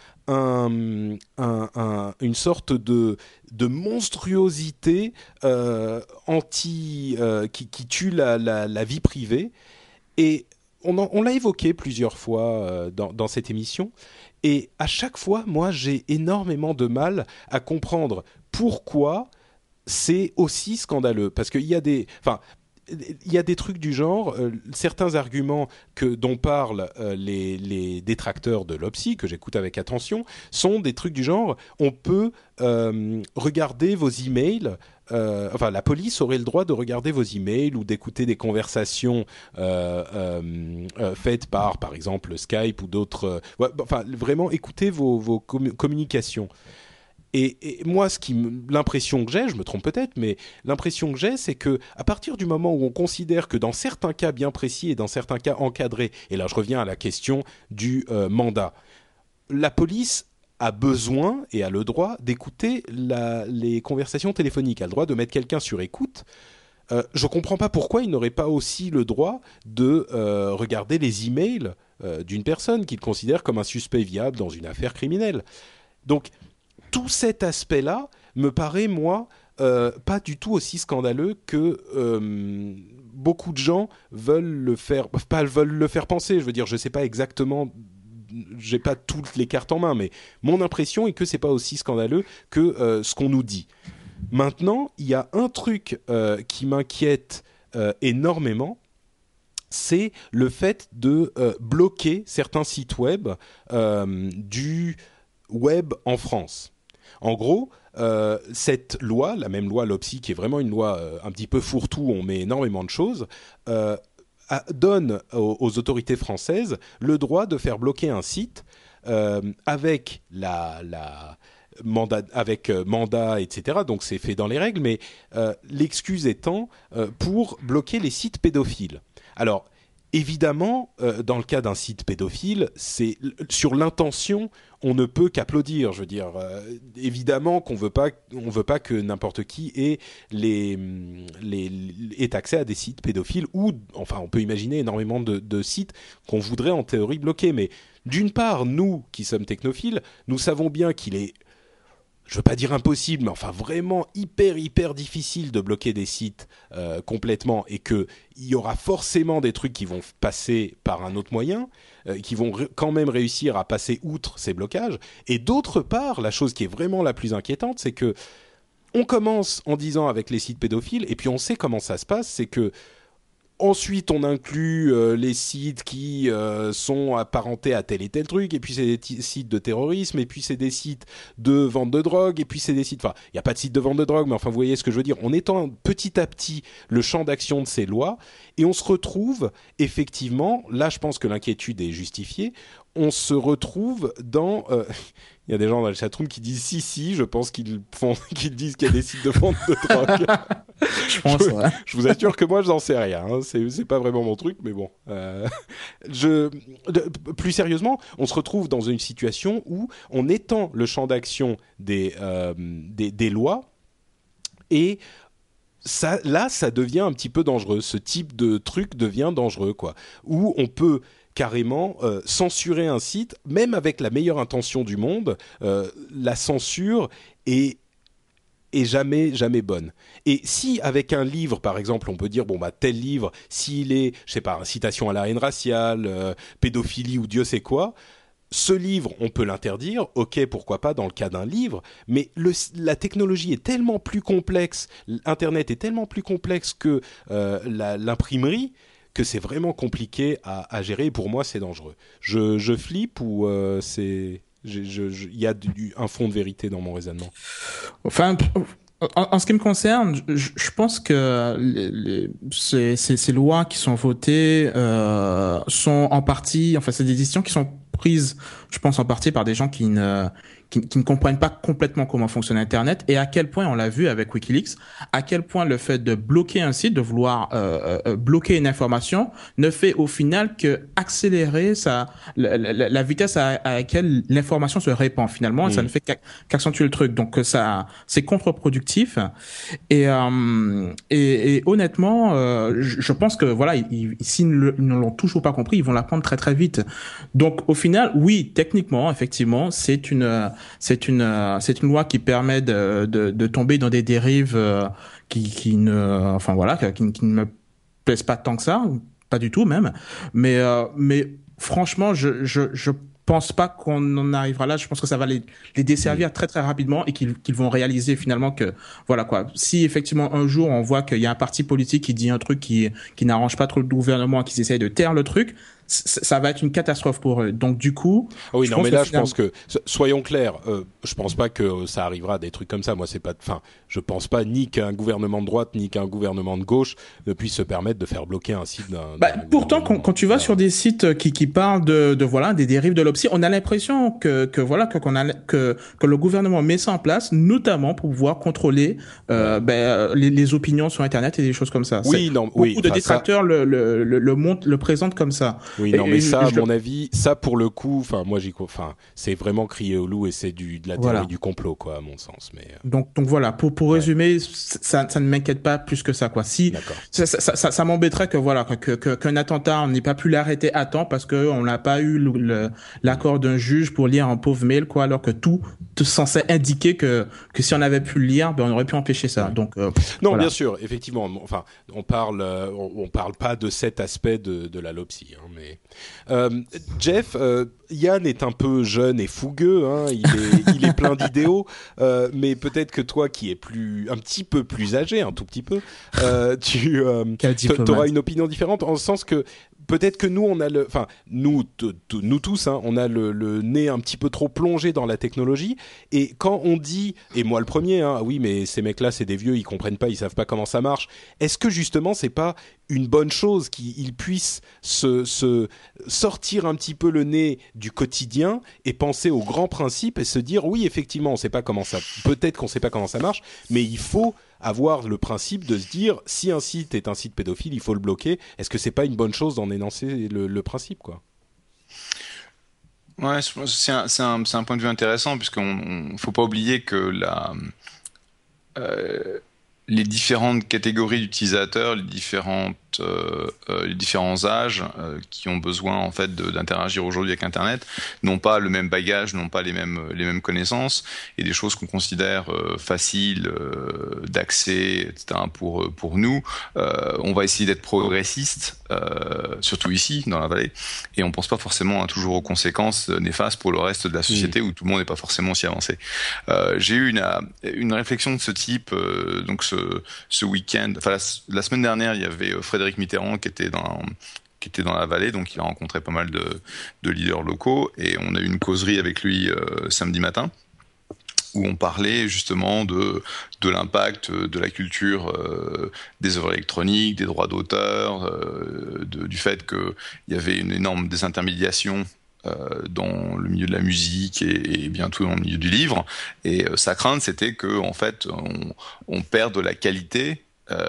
Speaker 2: un, un, un, une sorte de, de monstruosité euh, anti, euh, qui, qui tue la, la, la vie privée. Et on, en, on l'a évoqué plusieurs fois euh, dans, dans cette émission. Et à chaque fois, moi, j'ai énormément de mal à comprendre pourquoi c'est aussi scandaleux. Parce qu'il y a des... Enfin, il y a des trucs du genre, euh, certains arguments que, dont parlent euh, les, les détracteurs de l'O P S I, que j'écoute avec attention, sont des trucs du genre, on peut euh, regarder vos emails, euh, enfin la police aurait le droit de regarder vos emails ou d'écouter des conversations euh, euh, euh, faites par, par exemple, Skype ou d'autres... Euh, ouais, enfin, vraiment, écouter vos, vos com- communications. Et, et moi, ce qui m- l'impression que j'ai, je me trompe peut-être, mais l'impression que j'ai, c'est que à partir du moment où on considère que dans certains cas bien précis et dans certains cas encadrés, et là je reviens à la question du euh, mandat, la police a besoin et a le droit d'écouter la, les conversations téléphoniques, a le droit de mettre quelqu'un sur écoute. Euh, je ne comprends pas pourquoi il n'aurait pas aussi le droit de euh, regarder les emails euh, d'une personne qu'il considère comme un suspect viable dans une affaire criminelle. Donc tout cet aspect-là me paraît, moi, euh, pas du tout aussi scandaleux que euh, beaucoup de gens veulent le faire, pas veulent le faire penser. Je veux dire, je sais pas exactement, j'ai pas toutes les cartes en main, mais mon impression est que c'est pas aussi scandaleux que euh, ce qu'on nous dit. Maintenant, il y a un truc euh, qui m'inquiète euh, énormément. C'est le fait de euh, bloquer certains sites web euh, du web en France. En gros, euh, cette loi, la même loi LOPSI, qui est vraiment une loi euh, un petit peu fourre-tout, on met énormément de choses, euh, a, donne aux, aux autorités françaises le droit de faire bloquer un site euh, avec la... la mandat, avec euh, mandat, et cetera. Donc c'est fait dans les règles, mais euh, l'excuse étant euh, pour bloquer les sites pédophiles. Alors, évidemment, euh, dans le cas d'un site pédophile, c'est sur l'intention, on ne peut qu'applaudir. Je veux dire, euh, évidemment qu'on veut pas, on veut pas que n'importe qui ait les, les, les ait accès à des sites pédophiles ou, enfin, on peut imaginer énormément de, de sites qu'on voudrait en théorie bloquer. Mais d'une part, nous qui sommes technophiles, nous savons bien qu'il est, je veux pas dire impossible, mais enfin vraiment hyper hyper difficile de bloquer des sites euh, complètement, et que il y aura forcément des trucs qui vont passer par un autre moyen, euh, qui vont re- quand même réussir à passer outre ces blocages. Et d'autre part, la chose qui est vraiment la plus inquiétante, c'est que on commence en disant avec les sites pédophiles, et puis on sait comment ça se passe, c'est que ensuite, on inclut euh, les sites qui euh, sont apparentés à tel et tel truc, et puis c'est des t- sites de terrorisme, et puis c'est des sites de vente de drogue, et puis c'est des sites... Enfin, il n'y a pas de site de vente de drogue, mais enfin, vous voyez ce que je veux dire. On étend petit à petit le champ d'action de ces lois, et on se retrouve, effectivement, là je pense que l'inquiétude est justifiée, on se retrouve dans... Euh, il y a des gens dans le chatroom qui disent si, si, je pense qu'ils, font, qu'ils disent qu'il y a des sites de vente de drogue.
Speaker 3: Je pense,
Speaker 2: je,
Speaker 3: ouais.
Speaker 2: je vous assure que moi, je n'en sais rien. Hein. C'est, c'est pas vraiment mon truc, mais bon. Euh, je, de, plus sérieusement, on se retrouve dans une situation où on étend le champ d'action des, euh, des, des lois, et ça, là, ça devient un petit peu dangereux. Ce type de truc devient dangereux, quoi. Où on peut carrément euh, censurer un site, même avec la meilleure intention du monde, euh, la censure est, est jamais, jamais bonne. Et si, avec un livre, par exemple, on peut dire, bon, bah, tel livre, s'il est, je sais pas, incitation à la haine raciale, euh, pédophilie ou Dieu sait quoi, ce livre, on peut l'interdire, ok, pourquoi pas dans le cas d'un livre, mais le, la technologie est tellement plus complexe, Internet est tellement plus complexe que euh, la, l'imprimerie, que c'est vraiment compliqué à, à gérer, et pour moi c'est dangereux. Je, je flippe ou euh, c'est, il y a du, un fond de vérité dans mon raisonnement?
Speaker 3: Enfin, en, en ce qui me concerne, je, je pense que les, les, ces, ces, ces lois qui sont votées euh, sont en partie, enfin c'est des décisions qui sont prises, je pense en partie par des gens qui ne Qui, qui ne comprennent pas complètement comment fonctionne Internet, et à quel point, on l'a vu avec Wikileaks, à quel point le fait de bloquer un site, de vouloir euh, euh, bloquer une information, ne fait au final que accélérer sa, la, la, la vitesse à, à laquelle l'information se répand finalement, mmh. et ça ne fait qu'accentuer le truc. Donc ça, c'est contre-productif. Et, euh, et, et honnêtement, euh, je, je pense que voilà, ils, s'ils ne l'ont toujours pas compris, ils vont l'apprendre très très vite. Donc au final, oui, techniquement, effectivement, c'est une C'est une c'est une loi qui permet de de, de tomber dans des dérives euh, qui qui ne enfin voilà qui, qui ne me plaisent pas tant que ça, pas du tout même. Mais euh, mais franchement, je je je pense pas qu'on en arrivera là. Je pense que ça va les les desservir très très rapidement, et qu'ils qu'ils vont réaliser finalement que voilà quoi. Si effectivement un jour on voit qu'il y a un parti politique qui dit un truc qui qui n'arrange pas trop le gouvernement, qui essaye de taire le truc, ça va être une catastrophe pour eux. Donc du coup,
Speaker 2: oui,
Speaker 3: je
Speaker 2: non,
Speaker 3: pense
Speaker 2: mais là,
Speaker 3: finalement...
Speaker 2: je pense que soyons clairs. Euh, je pense pas que ça arrivera à des trucs comme ça. Moi, c'est pas. Enfin, je pense pas ni qu'un gouvernement de droite ni qu'un gouvernement de gauche ne puisse se permettre de faire bloquer un site d'un.
Speaker 3: Bah,
Speaker 2: d'un
Speaker 3: pourtant, quand, quand tu vas sur des sites qui qui parlent de de voilà des dérives de l'Opsi, on a l'impression que que voilà que qu'on a que que le gouvernement met ça en place, notamment pour pouvoir contrôler euh, ben les, les opinions sur Internet et des choses comme ça.
Speaker 2: Oui,
Speaker 3: c'est,
Speaker 2: non,
Speaker 3: beaucoup
Speaker 2: oui.
Speaker 3: Beaucoup de détracteurs
Speaker 2: ça...
Speaker 3: le le le le, montent, le présentent comme ça.
Speaker 2: Oui, non,
Speaker 3: et,
Speaker 2: mais
Speaker 3: et
Speaker 2: ça,
Speaker 3: je,
Speaker 2: à mon avis, ça pour le coup, enfin moi j'y, enfin c'est vraiment crier au loup, et c'est du de la théorie voilà. du complot, quoi, à mon sens. Mais
Speaker 3: donc donc voilà, pour pour ouais. résumer, ça ça ne m'inquiète pas plus que ça, quoi. Si ça ça, ça ça ça m'embêterait que voilà que que qu'un attentat on n'ait pas pu l'arrêter à temps parce que on n'a pas eu le, le, l'accord d'un juge pour lire un pauvre mail, quoi, alors que tout censé indiquer que que si on avait pu le lire, ben on aurait pu empêcher ça. Ouais. Donc euh,
Speaker 2: non,
Speaker 3: voilà.
Speaker 2: Bien sûr, effectivement. Enfin, on parle, euh, on, on parle pas de cet aspect de de la Lopsy, hein, mais euh, Jeff, euh, Yann est un peu jeune et fougueux, hein, il est il est plein d'idéaux, euh, mais peut-être que toi qui es plus un petit peu plus âgé, un tout petit peu, euh, tu euh, auras une opinion différente en ce sens que peut-être que nous, on a le, enfin, nous, t- t- nous tous, hein, on a le, le nez un petit peu trop plongé dans la technologie. Et quand on dit, et moi le premier, hein, oui, mais ces mecs-là, c'est des vieux, ils comprennent pas, ils savent pas comment ça marche. Est-ce que justement, c'est pas une bonne chose qu'ils puissent se, se sortir un petit peu le nez du quotidien et penser aux grands principes et se dire, oui, effectivement, on sait pas comment ça, peut-être qu'on sait pas comment ça marche, mais il faut avoir le principe de se dire si un site est un site pédophile, il faut le bloquer. Est-ce que c'est pas une bonne chose d'en énoncer le, le principe, quoi ?
Speaker 4: Ouais, c'est un, c'est un, c'est un point de vue intéressant puisqu'on, on, faut pas oublier que la, euh, les différentes catégories d'utilisateurs, les différentes, euh, euh, les différents âges euh, qui ont besoin en fait de, d'interagir aujourd'hui avec Internet n'ont pas le même bagage, n'ont pas les mêmes les mêmes connaissances et des choses qu'on considère euh, faciles euh, d'accès, et cetera pour pour nous, euh, on va essayer d'être progressiste, euh, surtout ici dans la vallée, et on pense pas forcément hein, toujours aux conséquences néfastes pour le reste de la société mmh. où tout le monde n'est pas forcément aussi avancé. Euh, j'ai eu une une réflexion de ce type, euh, donc ce ce week-end, enfin la, la semaine dernière, il y avait Frédéric Mitterrand qui était dans qui était dans la vallée, donc il a rencontré pas mal de de leaders locaux et on a eu une causerie avec lui euh, samedi matin où on parlait justement de de l'impact de la culture euh, des œuvres électroniques, des droits d'auteur, euh, de, du fait que il y avait une énorme désintermédiation Euh, dans le milieu de la musique et, et bientôt dans le milieu du livre, et euh, sa crainte c'était que en fait on, on perde de la qualité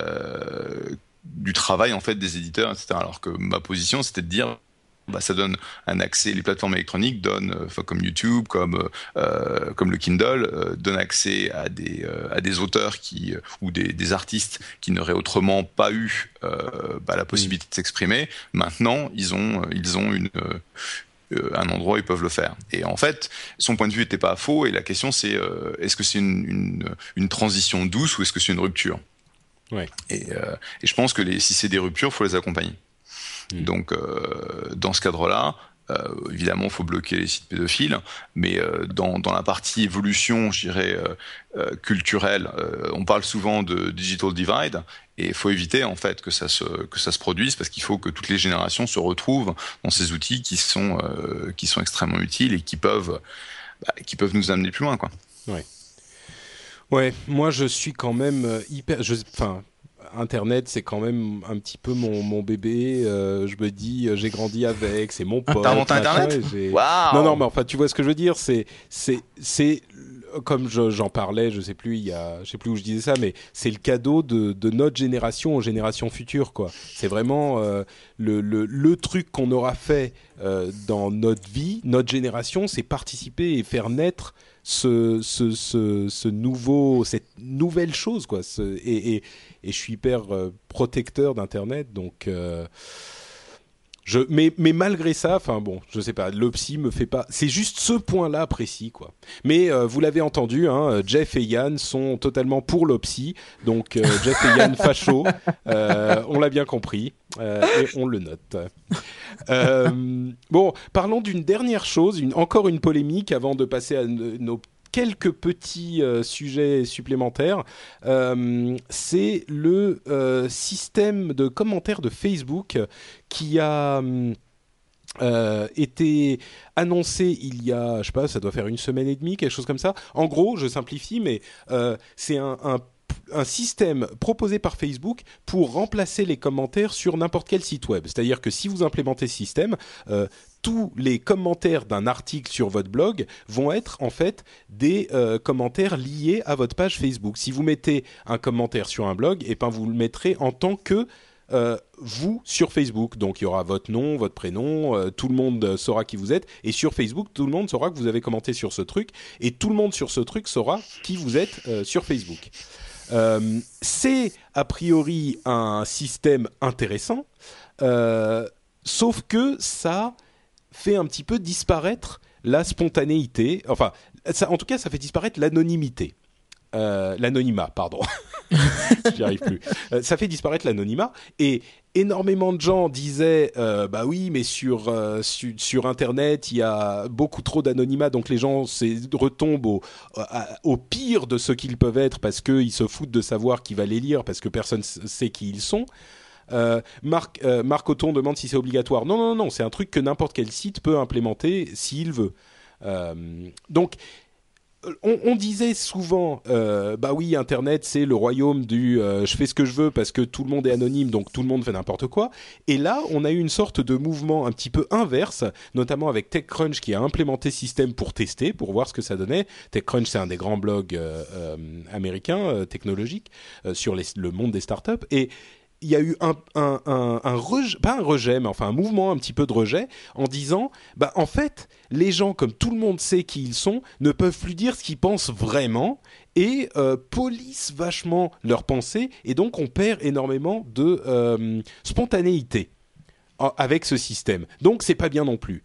Speaker 4: euh, du travail en fait des éditeurs, et cetera. Alors que ma position c'était de dire bah, ça donne un accès, les plateformes électroniques donnent, enfin, comme YouTube, comme euh, comme le Kindle, euh, donnent accès à des euh, à des auteurs qui euh, ou des, des artistes qui n'auraient autrement pas eu euh, bah, la possibilité de s'exprimer. Maintenant, ils ont ils ont une euh, un endroit où ils peuvent le faire. Et en fait, son point de vue n'était pas faux, et la question c'est, euh, est-ce que c'est une, une, une transition douce ou est-ce que c'est une rupture ?
Speaker 2: Ouais.
Speaker 4: Et, euh, et je pense que les, si c'est des ruptures, il faut les accompagner. Mmh. Donc, euh, dans ce cadre-là, euh, évidemment, il faut bloquer les sites pédophiles, mais euh, dans, dans la partie évolution, je dirais, euh, euh, culturelle, euh, on parle souvent de digital divide, et il faut éviter en fait que ça se que ça se produise parce qu'il faut que toutes les générations se retrouvent dans ces outils qui sont euh, qui sont extrêmement utiles et qui peuvent bah, qui peuvent nous amener plus loin, quoi.
Speaker 2: Ouais. Ouais, moi je suis quand même hyper, je, enfin. Internet, c'est quand même un petit peu mon, mon bébé. Euh, je me dis, euh, j'ai grandi avec, c'est mon pote.
Speaker 4: T'as inventé Internet ? Waouh !
Speaker 2: Non, non, mais enfin, tu vois ce que je veux dire. C'est, c'est, c'est comme je, j'en parlais, je sais plus, il y a, je sais plus où je disais ça, mais c'est le cadeau de, de notre génération aux générations futures, quoi. C'est vraiment euh, le, le, le truc qu'on aura fait euh, dans notre vie, notre génération, c'est participer et faire naître ce, ce, ce, ce nouveau, cette nouvelle chose, quoi. Ce, et, et, et je suis hyper euh, protecteur d'Internet, donc. Euh, Je, mais, mais malgré ça, enfin bon, je sais pas, le psy me fait pas. C'est juste ce point-là précis, quoi. Mais euh, vous l'avez entendu, hein, Jeff et Yann sont totalement pour le psy, donc euh, Jeff et Yann facho, euh, on l'a bien compris euh, et on le note. Euh, bon, parlons d'une dernière chose, une, encore une polémique avant de passer à nos quelques petits euh, sujets supplémentaires. Euh, c'est le euh, système de commentaires de Facebook qui a euh, été annoncé il y a, je sais pas, ça doit faire une semaine et demie, quelque chose comme ça. En gros, je simplifie, mais euh, c'est un, un un système proposé par Facebook pour remplacer les commentaires sur n'importe quel site web. C'est-à-dire que si vous implémentez ce système, euh, tous les commentaires d'un article sur votre blog vont être en fait des euh, commentaires liés à votre page Facebook. Si vous mettez un commentaire sur un blog, eh ben vous le mettrez en tant que euh, vous sur Facebook. Donc il y aura votre nom, votre prénom, euh, tout le monde saura qui vous êtes. Et sur Facebook, tout le monde saura que vous avez commenté sur ce truc. Et tout le monde sur ce truc saura qui vous êtes euh, sur Facebook. Euh, c'est a priori un système intéressant, euh, sauf que ça fait un petit peu disparaître la spontanéité. Enfin, ça, en tout cas, ça fait disparaître l'anonymité. Euh, l'anonymat, pardon. J'y arrive plus. Euh, ça fait disparaître l'anonymat et énormément de gens disaient euh, bah oui, mais sur, euh, sur sur Internet il y a beaucoup trop d'anonymat, donc les gens retombent au, au pire de ce qu'ils peuvent être parce qu'ils se foutent de savoir qui va les lire parce que personne sait qui ils sont. Euh, Marc, euh, Marc Othon demande si c'est obligatoire. Non, non, non, c'est un truc que n'importe quel site peut implémenter s'il veut. Euh, donc On, on disait souvent, euh, bah oui, Internet, c'est le royaume du euh, je fais ce que je veux parce que tout le monde est anonyme, donc tout le monde fait n'importe quoi. Et là, on a eu une sorte de mouvement un petit peu inverse, notamment avec TechCrunch qui a implémenté ce système pour tester, pour voir ce que ça donnait. TechCrunch, c'est un des grands blogs euh, euh, américains euh, technologiques euh, sur les, le monde des startups. Et il y a eu un, un, un, un rejet, pas un rejet, mais enfin un mouvement un petit peu de rejet en disant, bah en fait, les gens, comme tout le monde sait qui ils sont, ne peuvent plus dire ce qu'ils pensent vraiment et euh, polissent vachement leurs pensées et donc on perd énormément de euh, spontanéité avec ce système. Donc c'est pas bien non plus.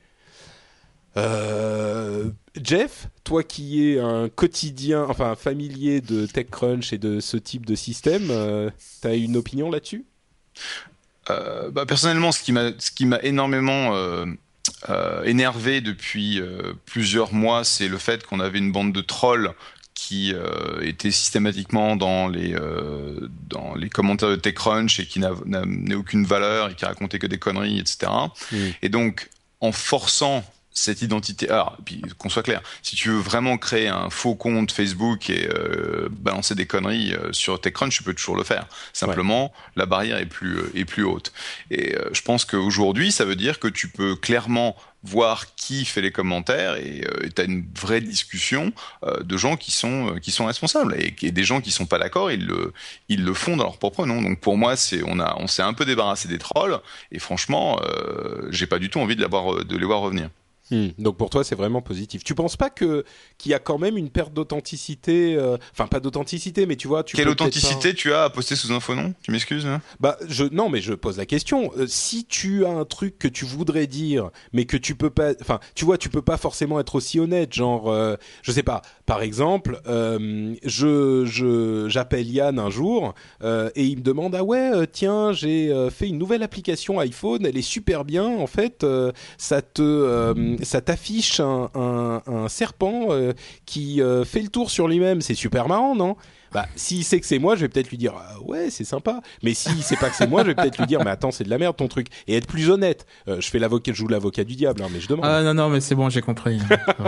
Speaker 2: Euh, Jeff, toi qui es un quotidien, enfin un familier de TechCrunch et de ce type de système, euh, t'as une opinion là-dessus ?
Speaker 4: euh, bah, Personnellement, ce qui m'a, ce qui m'a énormément euh, euh, énervé depuis euh, plusieurs mois, c'est le fait qu'on avait une bande de trolls qui euh, étaient systématiquement dans les euh, dans les commentaires de TechCrunch et qui n'amenaient aucune valeur et qui racontaient que des conneries, et cetera. Mmh. Et donc, en forçant cette identité, alors, puis qu'on soit clair, si tu veux vraiment créer un faux compte Facebook et euh, balancer des conneries euh, sur TechCrunch, tu peux toujours le faire. Simplement, ouais. La barrière est plus euh, est plus haute. Et euh, je pense qu'aujourd'hui, ça veut dire que tu peux clairement voir qui fait les commentaires et euh, tu as une vraie discussion euh, de gens qui sont euh, qui sont responsables et, et des gens qui sont pas d'accord, ils le ils le font dans leur propre nom. Donc pour moi, c'est on a on s'est un peu débarrassé des trolls et franchement, euh, j'ai pas du tout envie de, l'avoir, de les voir revenir.
Speaker 2: Mmh. Donc pour toi c'est vraiment positif. Tu penses pas que qu'il y a quand même une perte d'authenticité, euh... enfin pas d'authenticité, mais tu vois, tu
Speaker 4: quelle
Speaker 2: peux
Speaker 4: authenticité
Speaker 2: pas...
Speaker 4: tu as à poster sous un faux nom ? Tu m'excuses hein ?
Speaker 2: Bah je non mais je pose la question. Euh, si tu as un truc que tu voudrais dire, mais que tu peux pas, enfin tu vois, tu peux pas forcément être aussi honnête. Genre, euh, je sais pas. Par exemple, euh, je je j'appelle Yann un jour euh, et il me demande ah ouais euh, tiens j'ai euh, fait une nouvelle application iPhone, elle est super bien en fait, euh, ça te euh, ça t'affiche un, un, un serpent euh, qui euh, fait le tour sur lui-même. C'est super marrant, non ? Bah, s'il sait que c'est moi, je vais peut-être lui dire ah, ouais, c'est sympa. Mais s'il sait pas que c'est moi, je vais peut-être lui dire mais attends, c'est de la merde ton truc. Et être plus honnête. Euh, je fais l'avocat, je joue l'avocat du diable, hein, mais je demande.
Speaker 3: Ah non non, mais c'est bon, j'ai compris.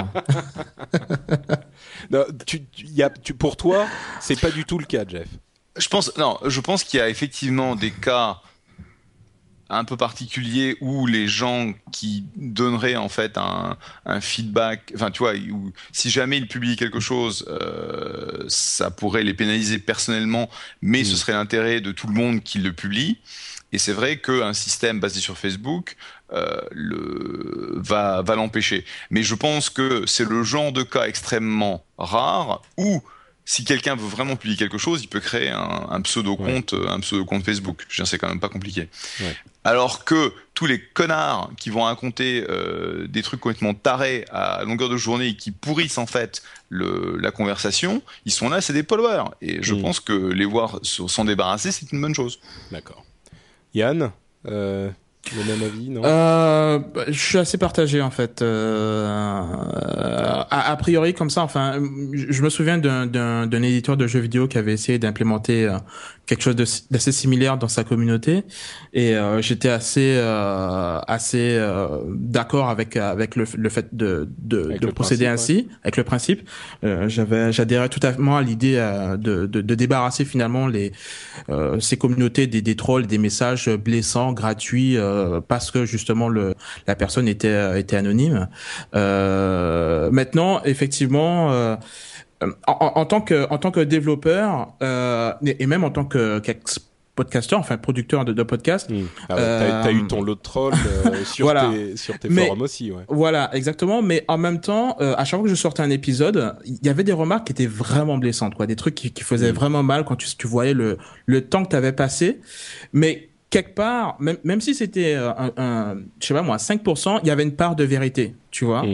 Speaker 2: non, tu, tu, y a, tu, pour toi, c'est pas du tout le cas, Jeff.
Speaker 4: Je pense non, je pense qu'il y a effectivement des cas un peu particulier où les gens qui donneraient en fait un, un feedback, enfin tu vois, où, si jamais ils publient quelque chose, euh, ça pourrait les pénaliser personnellement, mais mmh. ce serait l'intérêt de tout le monde qui le publie. Et c'est vrai qu'un système basé sur Facebook euh, le, va, va l'empêcher. Mais je pense que c'est le genre de cas extrêmement rare où si quelqu'un veut vraiment publier quelque chose, il peut créer un, un pseudo-compte, ouais. un pseudo-compte Facebook. Je veux dire, c'est quand même pas compliqué. Ouais. Alors que tous les connards qui vont raconter euh, des trucs complètement tarés à longueur de journée et qui pourrissent en fait le, la conversation, ils sont là, c'est des followers. Et je mmh. pense que les voir s'en débarrasser, c'est une bonne chose.
Speaker 2: D'accord. Yann euh... Le même avis, non ?
Speaker 3: euh, Je suis assez partagé en fait. Euh, a, a priori comme ça, enfin, je me souviens d'un, d'un, d'un éditeur de jeux vidéo qui avait essayé d'implémenter euh, quelque chose de, d'assez similaire dans sa communauté, et euh, j'étais assez euh, assez euh, d'accord avec avec le, le fait de de, de procéder principe, ainsi, ouais. avec le principe. Euh, j'avais j'adhérais tout à fait à l'idée euh, de, de de débarrasser finalement les euh, ces communautés des, des trolls, des messages blessants, gratuits. Euh, parce que justement le la personne était était anonyme. Euh, maintenant, effectivement, euh, en, en tant que en tant que développeur euh, et même en tant que podcasteur, enfin producteur de, de podcast.
Speaker 2: Mmh. Ah ouais, euh, t'as, t'as eu ton lot de trolls euh, sur voilà. tes sur tes mais, forums aussi, ouais.
Speaker 3: Voilà, exactement. Mais en même temps, euh, à chaque fois que je sortais un épisode, il y avait des remarques qui étaient vraiment blessantes, quoi, des trucs qui, qui faisaient mmh. vraiment mal quand tu tu voyais le le temps que t'avais passé, mais quelque part, même, même si c'était un, un, je sais pas moi, cinq pour cent, il y avait une part de vérité, tu vois. Mmh.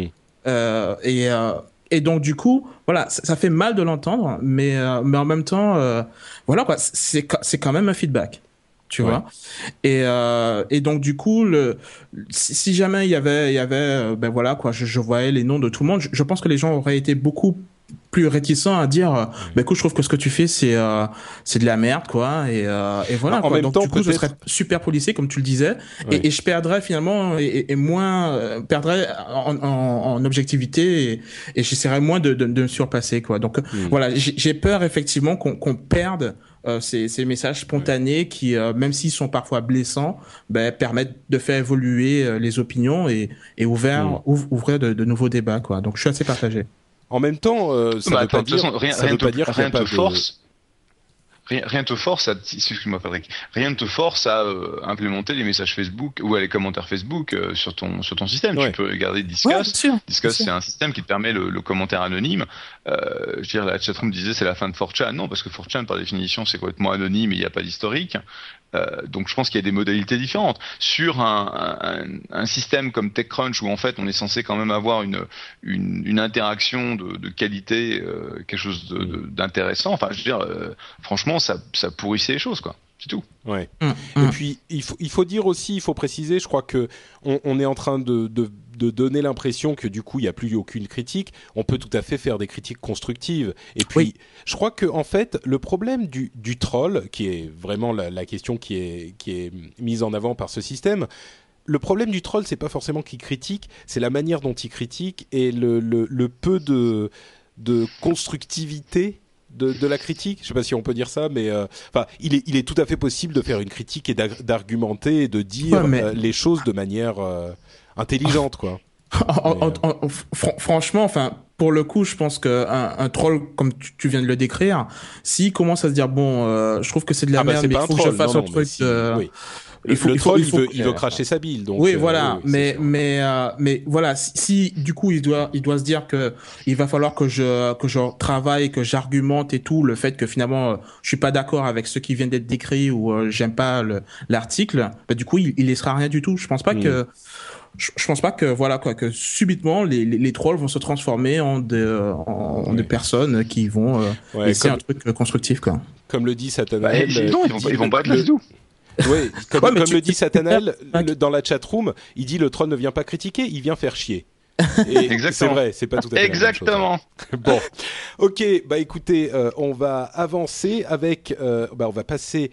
Speaker 3: Euh, et euh, et donc du coup, voilà, ça, ça fait mal de l'entendre, mais euh, mais en même temps, euh, voilà quoi, c'est c'est quand même un feedback. Tu ouais. vois, et euh, et donc du coup le si, si jamais il y avait il y avait ben voilà quoi, je, je voyais les noms de tout le monde, je, je pense que les gens auraient été beaucoup plus réticents à dire euh, bah écoute, je trouve que ce que tu fais c'est euh, c'est de la merde quoi, et euh, et voilà
Speaker 2: en
Speaker 3: quoi.
Speaker 2: Même
Speaker 3: donc
Speaker 2: temps,
Speaker 3: du coup
Speaker 2: peut-être...
Speaker 3: je serais super policé comme tu le disais,
Speaker 2: ouais.
Speaker 3: et, et je perdrais finalement et, et moins euh, perdrais en, en, en objectivité, et, et j'essaierais moins de, de de me surpasser quoi. Donc mm. voilà, j'ai, j'ai peur effectivement qu'on qu'on perde Euh, ces, ces messages spontanés ouais. qui, euh, même s'ils sont parfois blessants, ben, permettent de faire évoluer euh, les opinions et, et ouvrir, mmh. ouvre, ouvrir de, de nouveaux débats, quoi. Donc, je suis assez partagé.
Speaker 2: En même temps, euh, ça
Speaker 4: bah,
Speaker 2: veut
Speaker 4: attends,
Speaker 2: pas dire,
Speaker 4: façon, rien,
Speaker 2: ça
Speaker 4: rien
Speaker 2: veut
Speaker 4: te,
Speaker 2: pas dire
Speaker 4: rien
Speaker 2: qu'il y a
Speaker 4: te
Speaker 2: pas
Speaker 4: force.
Speaker 2: De...
Speaker 4: Rien, rien te force à, excuse-moi Patrick, rien ne te force à euh, implémenter les messages Facebook ou à les commentaires Facebook euh, sur ton sur ton système. Ouais. Tu peux regarder Discuss. Ouais, Discuss, c'est un système qui te permet le, le commentaire anonyme. Euh, je veux dire, la chatroom disait c'est la fin de four chan. Non, parce que four chan par définition c'est complètement anonyme et il n'y a pas d'historique. Euh, donc je pense qu'il y a des modalités différentes. Sur un, un, un système comme TechCrunch où en fait on est censé quand même avoir une une, une interaction de, de qualité, euh, quelque chose de, de, d'intéressant. Enfin, je veux dire, euh, franchement, ça, ça pourrissait les choses, quoi. C'est tout.
Speaker 2: Ouais. Mmh, mmh. Et puis il faut il faut dire aussi, il faut préciser, je crois que on, on est en train de, de de donner l'impression que du coup il y a plus aucune critique. On peut tout à fait faire des critiques constructives. Et puis oui. je crois que en fait le problème du du troll, qui est vraiment la, la question qui est qui est mise en avant par ce système. Le problème du troll, c'est pas forcément qu'il critique, c'est la manière dont il critique et le le, le peu de de constructivité De, de la critique, je sais pas si on peut dire ça, mais enfin, euh, il est, il est tout à fait possible de faire une critique et d'argumenter et de dire ouais, mais... euh, les choses de manière euh, intelligente, quoi.
Speaker 3: en, mais, en, en, fr- franchement, enfin, pour le coup, je pense que un, un troll, comme tu, tu viens de le décrire, s'il commence à se dire bon, euh, je trouve que c'est de la
Speaker 2: ah
Speaker 3: merde,
Speaker 2: bah,
Speaker 3: mais il faut
Speaker 2: troll,
Speaker 3: que je fasse
Speaker 2: non,
Speaker 3: un truc.
Speaker 2: Si,
Speaker 3: euh...
Speaker 2: oui.
Speaker 3: Il faut,
Speaker 2: le
Speaker 3: il faut,
Speaker 2: troll,
Speaker 3: il, faut,
Speaker 2: il veut, il veut cracher sa bile, donc.
Speaker 3: Oui,
Speaker 2: euh,
Speaker 3: voilà.
Speaker 2: oui,
Speaker 3: mais, mais, euh, mais voilà. Si, si, du coup, il doit, il doit se dire que il va falloir que je, que je travaille, que j'argumente et tout, le fait que finalement, euh, je suis pas d'accord avec ce qui vient d'être décrit ou euh, j'aime pas le, l'article. Bah, du coup, il, il laissera rien du tout. Je pense pas mmh. que, je, je pense pas que, voilà, quoi, que subitement, les, les, les trolls vont se transformer en des, en, en ouais. des personnes qui vont euh, ouais, laisser comme, un truc constructif, quoi.
Speaker 2: Comme le dit Satanael.
Speaker 4: Bah, non, ils vont, ils vont pas être là du tout.
Speaker 2: Oui, comme, ouais, comme tu, le dit Satanael le, dans la chatroom, il dit le troll ne vient pas critiquer, il vient faire chier. Et c'est vrai, c'est pas tout à fait
Speaker 4: exactement.
Speaker 2: La même chose, hein. Bon, ok, bah écoutez, euh, on va avancer avec, euh, bah on va passer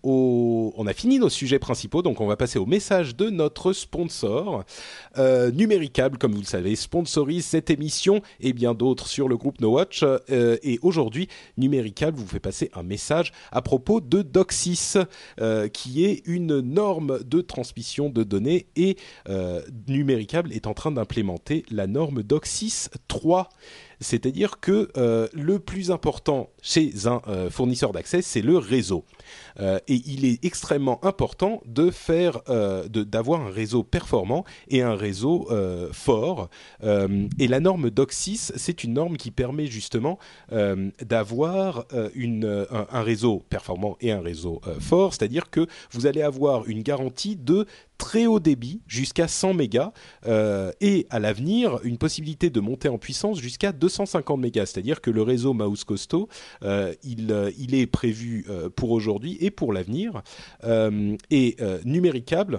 Speaker 2: au, on a fini nos sujets principaux, donc on va passer au message de notre sponsor. Euh, Numéricable, comme vous le savez, sponsorise cette émission et bien d'autres sur le groupe No Watch. Euh, et aujourd'hui, Numéricable vous fait passer un message à propos de DocSys, euh, qui est une norme de transmission de données. Et euh, Numéricable est en train d'implémenter la norme DocSys trois. C'est-à-dire que euh, le plus important chez un euh, fournisseur d'accès, c'est le réseau. Euh, et il est extrêmement important de faire, euh, de, d'avoir un réseau performant et un réseau euh, fort. Euh, et la norme DocSys, c'est une norme qui permet justement euh, d'avoir euh, une, un, un réseau performant et un réseau euh, fort. C'est-à-dire que vous allez avoir une garantie de très haut débit jusqu'à cent mégas euh, et à l'avenir une possibilité de monter en puissance jusqu'à deux cent cinquante mégas. C'est-à-dire que le réseau Mouse Costaud, euh, il, euh, il est prévu euh, pour aujourd'hui et pour l'avenir. Euh, et euh, Numéricable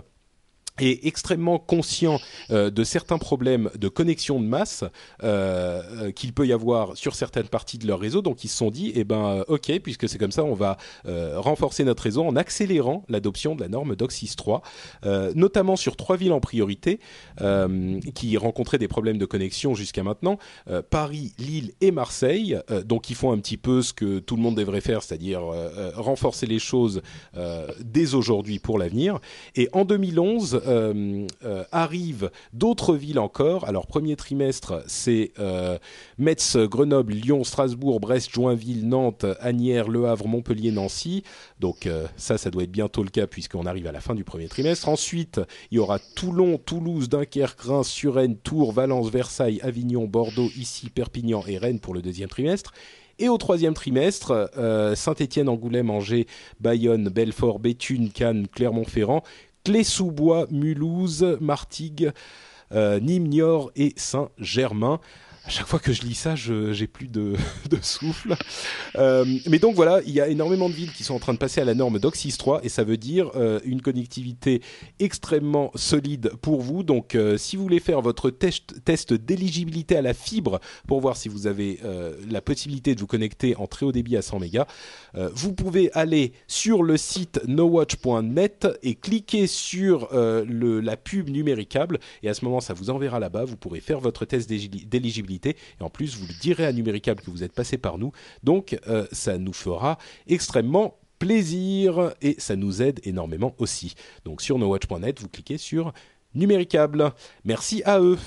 Speaker 2: est extrêmement conscient euh, de certains problèmes de connexion de masse euh, euh, qu'il peut y avoir sur certaines parties de leur réseau. Donc ils se sont dit, eh ben, euh, ok, puisque c'est comme ça, on va euh, renforcer notre réseau en accélérant l'adoption de la norme DocSys trois, euh, notamment sur trois villes en priorité euh, qui rencontraient des problèmes de connexion jusqu'à maintenant, euh, Paris, Lille et Marseille. Euh, donc ils font un petit peu ce que tout le monde devrait faire, c'est-à-dire euh, euh, renforcer les choses euh, dès aujourd'hui pour l'avenir. Et en deux mille onze, Euh, euh, arrivent d'autres villes encore. Alors premier trimestre, c'est euh, Metz, Grenoble, Lyon, Strasbourg, Brest, Joinville, Nantes, Asnières, Le Havre, Montpellier, Nancy. Donc euh, ça, ça doit être bientôt le cas puisqu'on arrive à la fin du premier trimestre. Ensuite, il y aura Toulon, Toulouse, Dunkerque, Reims, Suresnes, Tours, Valence, Versailles, Avignon, Bordeaux, Issy, Perpignan et Rennes pour le deuxième trimestre. Et au troisième trimestre, euh, Saint-Étienne, Angoulême, Angers, Bayonne, Belfort, Béthune, Cannes, Clermont-Ferrand, Clé-sous-Bois, Mulhouse, Martigues, euh, Nîmes, Niort et Saint-Germain. À chaque fois que je lis ça, je, j'ai plus de, de souffle. Euh, mais donc voilà, il y a énormément de villes qui sont en train de passer à la norme D O C S I S trois et ça veut dire euh, une connectivité extrêmement solide pour vous. Donc euh, si vous voulez faire votre test, test d'éligibilité à la fibre pour voir si vous avez euh, la possibilité de vous connecter en très haut débit à cent mégas, euh, vous pouvez aller sur le site nowatch point net et cliquer sur euh, le, la pub numéricable et à ce moment ça vous enverra là-bas. Vous pourrez faire votre test d'éligibilité. Et en plus, vous le direz à Numéricable que vous êtes passé par nous. Donc, euh, ça nous fera extrêmement plaisir et ça nous aide énormément aussi. Donc, sur nowatch point net, vous cliquez sur Numéricable. Merci à eux.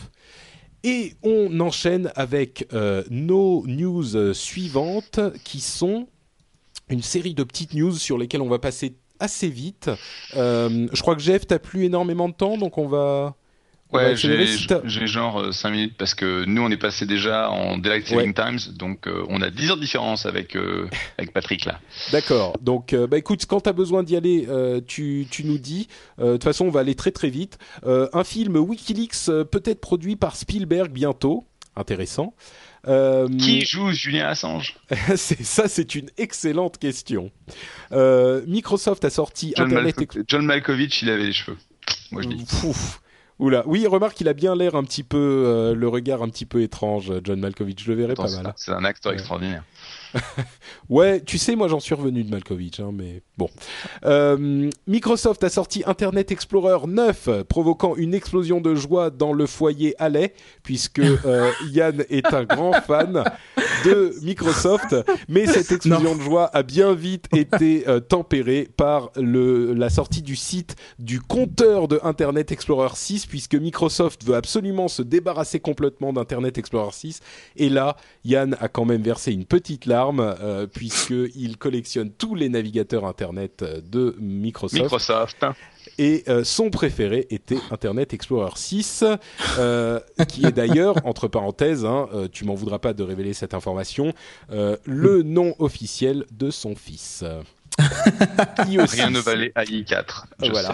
Speaker 2: Et on enchaîne avec euh, nos news suivantes qui sont une série de petites news sur lesquelles on va passer assez vite. Euh, je crois que Jeff, t'as plus énormément de temps, donc on va...
Speaker 4: Ouais, j'ai, j'ai genre euh, cinq minutes parce que nous on est passé déjà en Daylight Saving ouais. Times, donc euh, on a dix heures de différence avec euh, avec Patrick là.
Speaker 2: D'accord. Donc euh, bah écoute, quand t'as besoin d'y aller, euh, tu tu nous dis. De euh, toute façon, on va aller très très vite. Euh, un film WikiLeaks euh, peut-être produit par Spielberg bientôt. Intéressant.
Speaker 4: Euh, Qui joue Julien Assange?
Speaker 2: c'est, ça, c'est une excellente question. Euh, Microsoft a sorti
Speaker 4: John,
Speaker 2: Internet.
Speaker 4: Malko- John Malkovich, il avait les cheveux. Moi je dis.
Speaker 2: Pouf. Oula, oui, remarque qu'il a bien l'air un petit peu, euh, le regard un petit peu étrange, John Malkovich. Je le verrais
Speaker 4: Attends,
Speaker 2: pas
Speaker 4: c'est
Speaker 2: mal.
Speaker 4: C'est un acteur
Speaker 2: ouais.
Speaker 4: extraordinaire.
Speaker 2: Ouais, tu sais, moi j'en suis revenu de Malkovich, hein, mais bon. Euh, Microsoft a sorti Internet Explorer neuf, provoquant une explosion de joie dans le foyer Allais, puisque euh, Yann est un grand fan de Microsoft, mais cette explosion non. de joie a bien vite été euh, tempérée par le, la sortie du site du compteur de Internet Explorer six, puisque Microsoft veut absolument se débarrasser complètement d'Internet Explorer six, et là, Yann a quand même versé une petite larme, Euh, puisqu'il collectionne tous les navigateurs Internet de Microsoft.
Speaker 4: Microsoft.
Speaker 2: Et euh, son préféré était Internet Explorer six, euh, qui est d'ailleurs, entre parenthèses, hein, euh, tu m'en voudras pas de révéler cette information, euh, le nom officiel de son fils.
Speaker 4: Qui aussi Rien ne valait A I quatre.
Speaker 2: Voilà.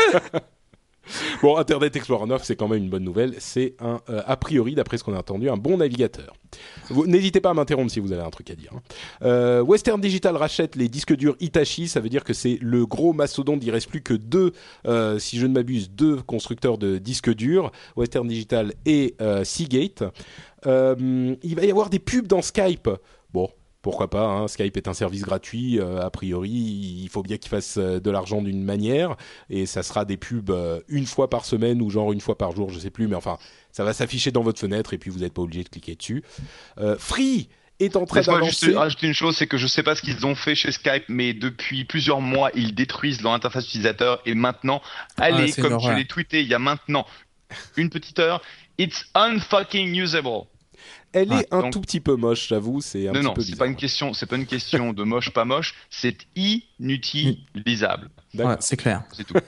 Speaker 2: Bon, Internet Explorer neuf, c'est quand même une bonne nouvelle. C'est un, euh, a priori, d'après ce qu'on a entendu, un bon navigateur. Vous, n'hésitez pas à m'interrompre si vous avez un truc à dire. Hein. Euh, Western Digital rachète les disques durs Hitachi. Ça veut dire que c'est le gros mastodonte. Il reste plus que deux, euh, si je ne m'abuse, deux constructeurs de disques durs, Western Digital et euh, Seagate. Euh, il va y avoir des pubs dans Skype. Bon. Pourquoi pas, hein, Skype est un service gratuit, euh, a priori, il faut bien qu'il fasse euh, de l'argent d'une manière, et ça sera des pubs euh, une fois par semaine ou genre une fois par jour, je sais plus, mais enfin, ça va s'afficher dans votre fenêtre et puis vous n'êtes pas obligé de cliquer dessus. Euh, Free est en train
Speaker 4: Laisse-moi
Speaker 2: d'avancer...
Speaker 4: juste rajouter une chose, c'est que je sais pas ce qu'ils ont fait chez Skype, mais depuis plusieurs mois, ils détruisent leur interface utilisateur, et maintenant, allez, ah, comme je l'ai tweeté il y a maintenant une petite heure, it's unfucking usable.
Speaker 2: Elle est ah, un donc... tout petit peu moche, j'avoue, c'est un
Speaker 4: non,
Speaker 2: petit
Speaker 4: non,
Speaker 2: peu
Speaker 4: c'est
Speaker 2: bizarre.
Speaker 4: pas une question, c'est pas une question de moche pas moche, c'est inutilisable.
Speaker 3: Ouais, c'est clair.
Speaker 4: C'est tout.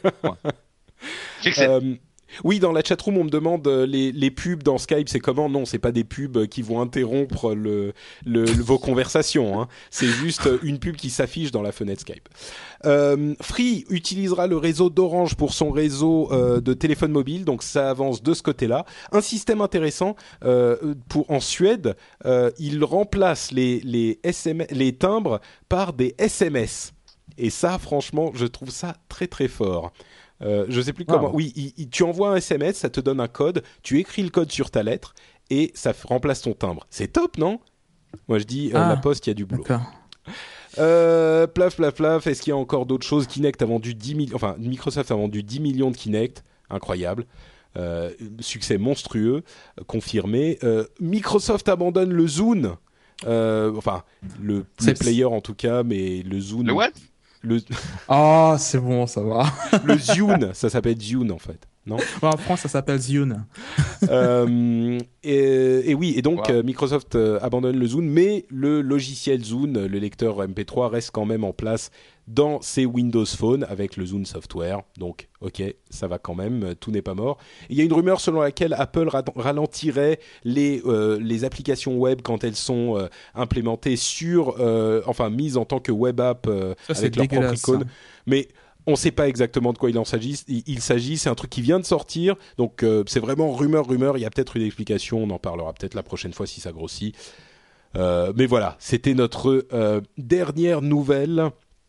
Speaker 4: Ouais.
Speaker 2: euh, oui, dans la chatroom, on me demande euh, les, les pubs dans Skype, c'est comment? Non, c'est pas des pubs qui vont interrompre le, le, le, vos conversations. Hein. C'est juste une pub qui s'affiche dans la fenêtre Skype. Euh, Free utilisera le réseau d'Orange pour son réseau euh, de téléphone mobile, donc ça avance de ce côté-là. Un système intéressant euh, pour en Suède, euh, il remplace les les, S M S, les timbres par des S M S. Et ça, franchement, je trouve ça très très fort. Euh, je sais plus comment.
Speaker 3: Wow.
Speaker 2: Oui, il, il, tu envoies un S M S, ça te donne un code, tu écris le code sur ta lettre et ça f- remplace ton timbre. C'est top, non? Moi, je dis, euh, ah, la Poste, il y a du boulot.
Speaker 3: D'accord.
Speaker 2: Euh, plaf, plaf, plaf. Est-ce qu'il y a encore d'autres choses? Kinect a vendu dix millions, enfin, Microsoft a vendu dix millions de Kinect. Incroyable. Euh, succès monstrueux, euh, confirmé. Euh, Microsoft abandonne le Zune. Euh, enfin, le, le player en tout cas, mais le Zune.
Speaker 4: Le what?
Speaker 2: Le...
Speaker 3: Oh, c'est bon, ça va.
Speaker 2: Le Zune, ça s'appelle Zune en fait, non?
Speaker 3: Ouais, en France, ça s'appelle Zune.
Speaker 2: euh, et, et oui, et donc
Speaker 4: wow.
Speaker 2: euh, Microsoft euh, abandonne le Zune, mais le logiciel Zune, le lecteur M P trois, reste quand même en place dans ses Windows Phone avec le Zune Software. Donc, ok, ça va quand même, tout n'est pas mort. Il y a une rumeur selon laquelle Apple ra- ralentirait les, euh, les applications web quand elles sont euh, implémentées sur, euh, enfin, mises en tant que web app euh,
Speaker 3: ça,
Speaker 2: avec leur propre icône.
Speaker 3: Ça.
Speaker 2: Mais on ne sait pas exactement de quoi il en s'agit. Il, il s'agit, c'est un truc qui vient de sortir, donc euh, c'est vraiment rumeur, rumeur. Il y a peut-être une explication, on en parlera peut-être la prochaine fois si ça grossit. Euh, mais voilà, c'était notre euh, dernière nouvelle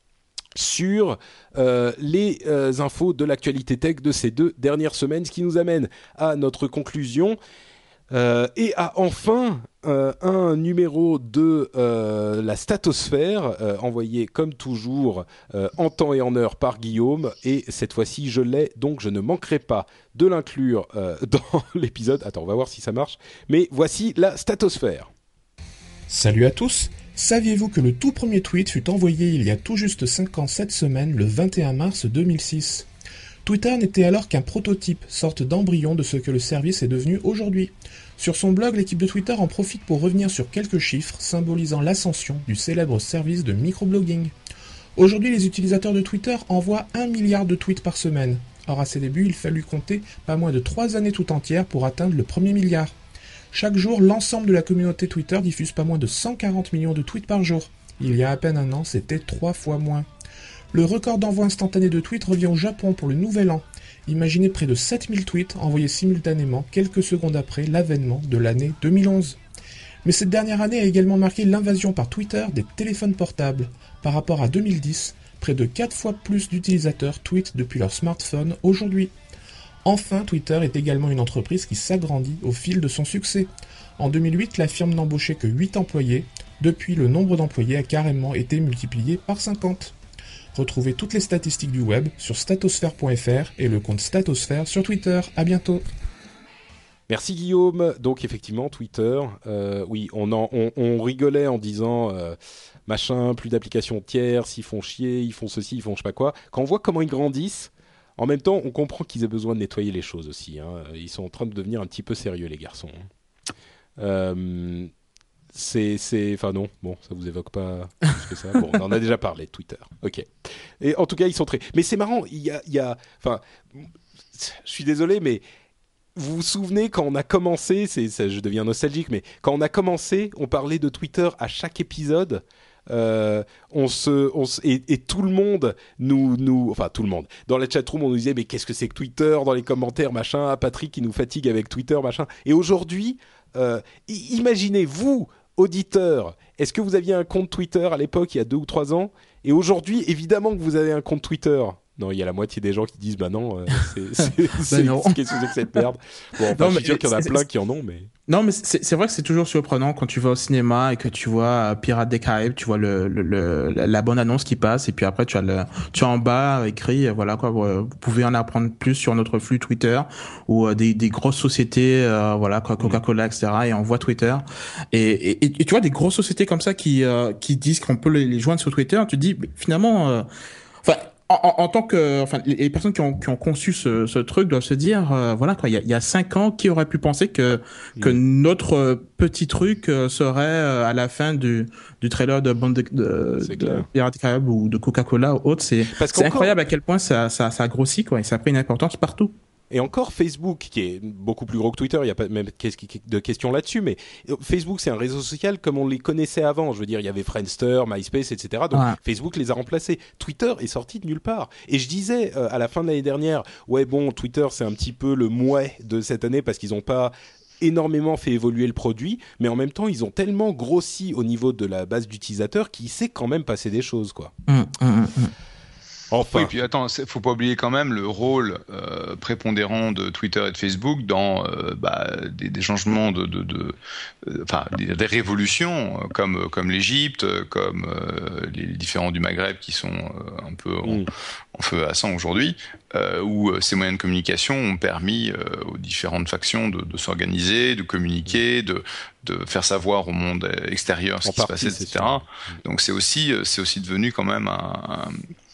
Speaker 2: sur euh, les euh, infos de l'actualité tech de ces deux dernières semaines, ce qui nous amène à notre conclusion. Euh, et à enfin euh, un numéro de euh, la Statosphère euh, envoyé comme toujours euh, en temps et en heure par Guillaume, et cette fois-ci je l'ai, donc je ne manquerai pas de l'inclure euh, dans l'épisode. Attends, on va voir si ça marche, mais voici la Statosphère.
Speaker 7: Salut à tous. Saviez-vous que le tout premier tweet fut envoyé il y a tout juste cinq ans cette semaine, le vingt et un mars deux mille six? Twitter n'était alors qu'un prototype, sorte d'embryon de ce que le service est devenu aujourd'hui. Sur son blog, l'équipe de Twitter en profite pour revenir sur quelques chiffres symbolisant l'ascension du célèbre service de microblogging. Aujourd'hui, les utilisateurs de Twitter envoient un milliard de tweets par semaine. Or, à ses débuts, il fallut compter pas moins de trois années tout entières pour atteindre le premier milliard. Chaque jour, l'ensemble de la communauté Twitter diffuse pas moins de cent quarante millions de tweets par jour. Il y a à peine un an, c'était trois fois moins. Le record d'envoi instantané de tweets revient au Japon pour le nouvel an. Imaginez près de sept mille tweets envoyés simultanément quelques secondes après l'avènement de l'année deux mille onze. Mais cette dernière année a également marqué l'invasion par Twitter des téléphones portables. Par rapport à deux mille dix, près de quatre fois plus d'utilisateurs tweetent depuis leur smartphone aujourd'hui. Enfin, Twitter est également une entreprise qui s'agrandit au fil de son succès. En deux mille huit, la firme n'embauchait que huit employés. Depuis, le nombre d'employés a carrément été multiplié par cinquante. Retrouvez toutes les statistiques du web sur statosphère point f r et le compte Statosphère sur Twitter. À bientôt.
Speaker 2: Merci Guillaume. Donc effectivement, Twitter, euh, oui, on, en, on, on rigolait en disant euh, machin, plus d'applications tierces, ils font chier, ils font ceci, ils font je sais pas quoi. Quand on voit comment ils grandissent, en même temps, on comprend qu'ils aient besoin de nettoyer les choses aussi. Hein. Ils sont en train de devenir un petit peu sérieux, les garçons. Euh, c'est, c'est, enfin non, bon, ça vous évoque pas plus que ça. Bon, on en a déjà parlé de Twitter. Ok. Et en tout cas, ils sont très. Mais c'est marrant. Il y a, il y a, enfin, je suis désolé, mais vous vous souvenez quand on a commencé, c'est, ça, je deviens nostalgique, mais quand on a commencé, on parlait de Twitter à chaque épisode. Euh, on se, on se et, et tout le monde nous, nous, enfin tout le monde. Dans la chatroom, on nous disait mais qu'est-ce que c'est que Twitter? Dans les commentaires, machin. Ah, Patrick qui nous fatigue avec Twitter, machin. Et aujourd'hui, euh, imaginez vous, auditeurs, est-ce que vous aviez un compte Twitter à l'époque il y a deux ou trois ans? Et aujourd'hui, évidemment que vous avez un compte Twitter. Non, il y a la moitié des gens qui disent bah non, euh, c'est, c'est, c'est,
Speaker 3: bah non.
Speaker 2: qu'est-ce que c'est que cette merde? Bon, enfin, non, je suis sûr qu'il y en a plein qui en ont, mais.
Speaker 3: Non, mais c'est, c'est vrai que c'est toujours surprenant quand tu vas au cinéma et que tu vois euh, Pirates des Caraïbes, tu vois le, le, le la bonne annonce qui passe et puis après tu as le, tu as en bas écrit, voilà quoi, vous pouvez en apprendre plus sur notre flux Twitter ou euh, des, des grosses sociétés, euh, voilà quoi, Coca-Cola, et cetera. Et on voit Twitter et, et, et tu vois des grosses sociétés comme ça qui, euh, qui disent qu'on peut les, les joindre sur Twitter. Tu te dis finalement, euh, enfin. En, en, en tant que, enfin, les, les personnes qui ont, qui ont conçu ce, ce truc doivent se dire, euh, voilà quoi, il y a, il y a cinq ans, qui aurait pu penser que que mmh. notre petit truc serait euh, à la fin du du trailer de bande de, de, de Pirates des Caraïbes ou de Coca-Cola ou autre. C'est c'est incroyable à quel point ça ça ça a grossi quoi, et ça a pris une importance partout.
Speaker 2: Et encore Facebook, qui est beaucoup plus gros que Twitter, il n'y a pas même de questions là-dessus, mais Facebook, c'est un réseau social comme on les connaissait avant. Je veux dire, il y avait Friendster, MySpace, et cetera. Donc, ouais. Facebook les a remplacés. Twitter est sorti de nulle part. Et je disais, euh, à la fin de l'année dernière, ouais, bon, Twitter, c'est un petit peu le mouais de cette année parce qu'ils n'ont pas énormément fait évoluer le produit, mais en même temps, ils ont tellement grossi au niveau de la base d'utilisateurs qu'il s'est quand même passé des choses, quoi.
Speaker 3: Mmh, mmh, mmh.
Speaker 4: Enfin. Oui, puis attends, faut pas oublier quand même le rôle euh, prépondérant de Twitter et de Facebook dans euh, bah, des, des changements de, de, de euh, enfin des, des révolutions euh, comme comme l'Égypte, comme euh, les différents du Maghreb qui sont euh, un peu en, mm. en feu à sang aujourd'hui, euh, où euh, ces moyens de communication ont permis euh, aux différentes factions de, de s'organiser, de communiquer, de de faire savoir au monde extérieur ce en qui partie, se passait, et cetera. Donc c'est aussi c'est aussi devenu quand même un, un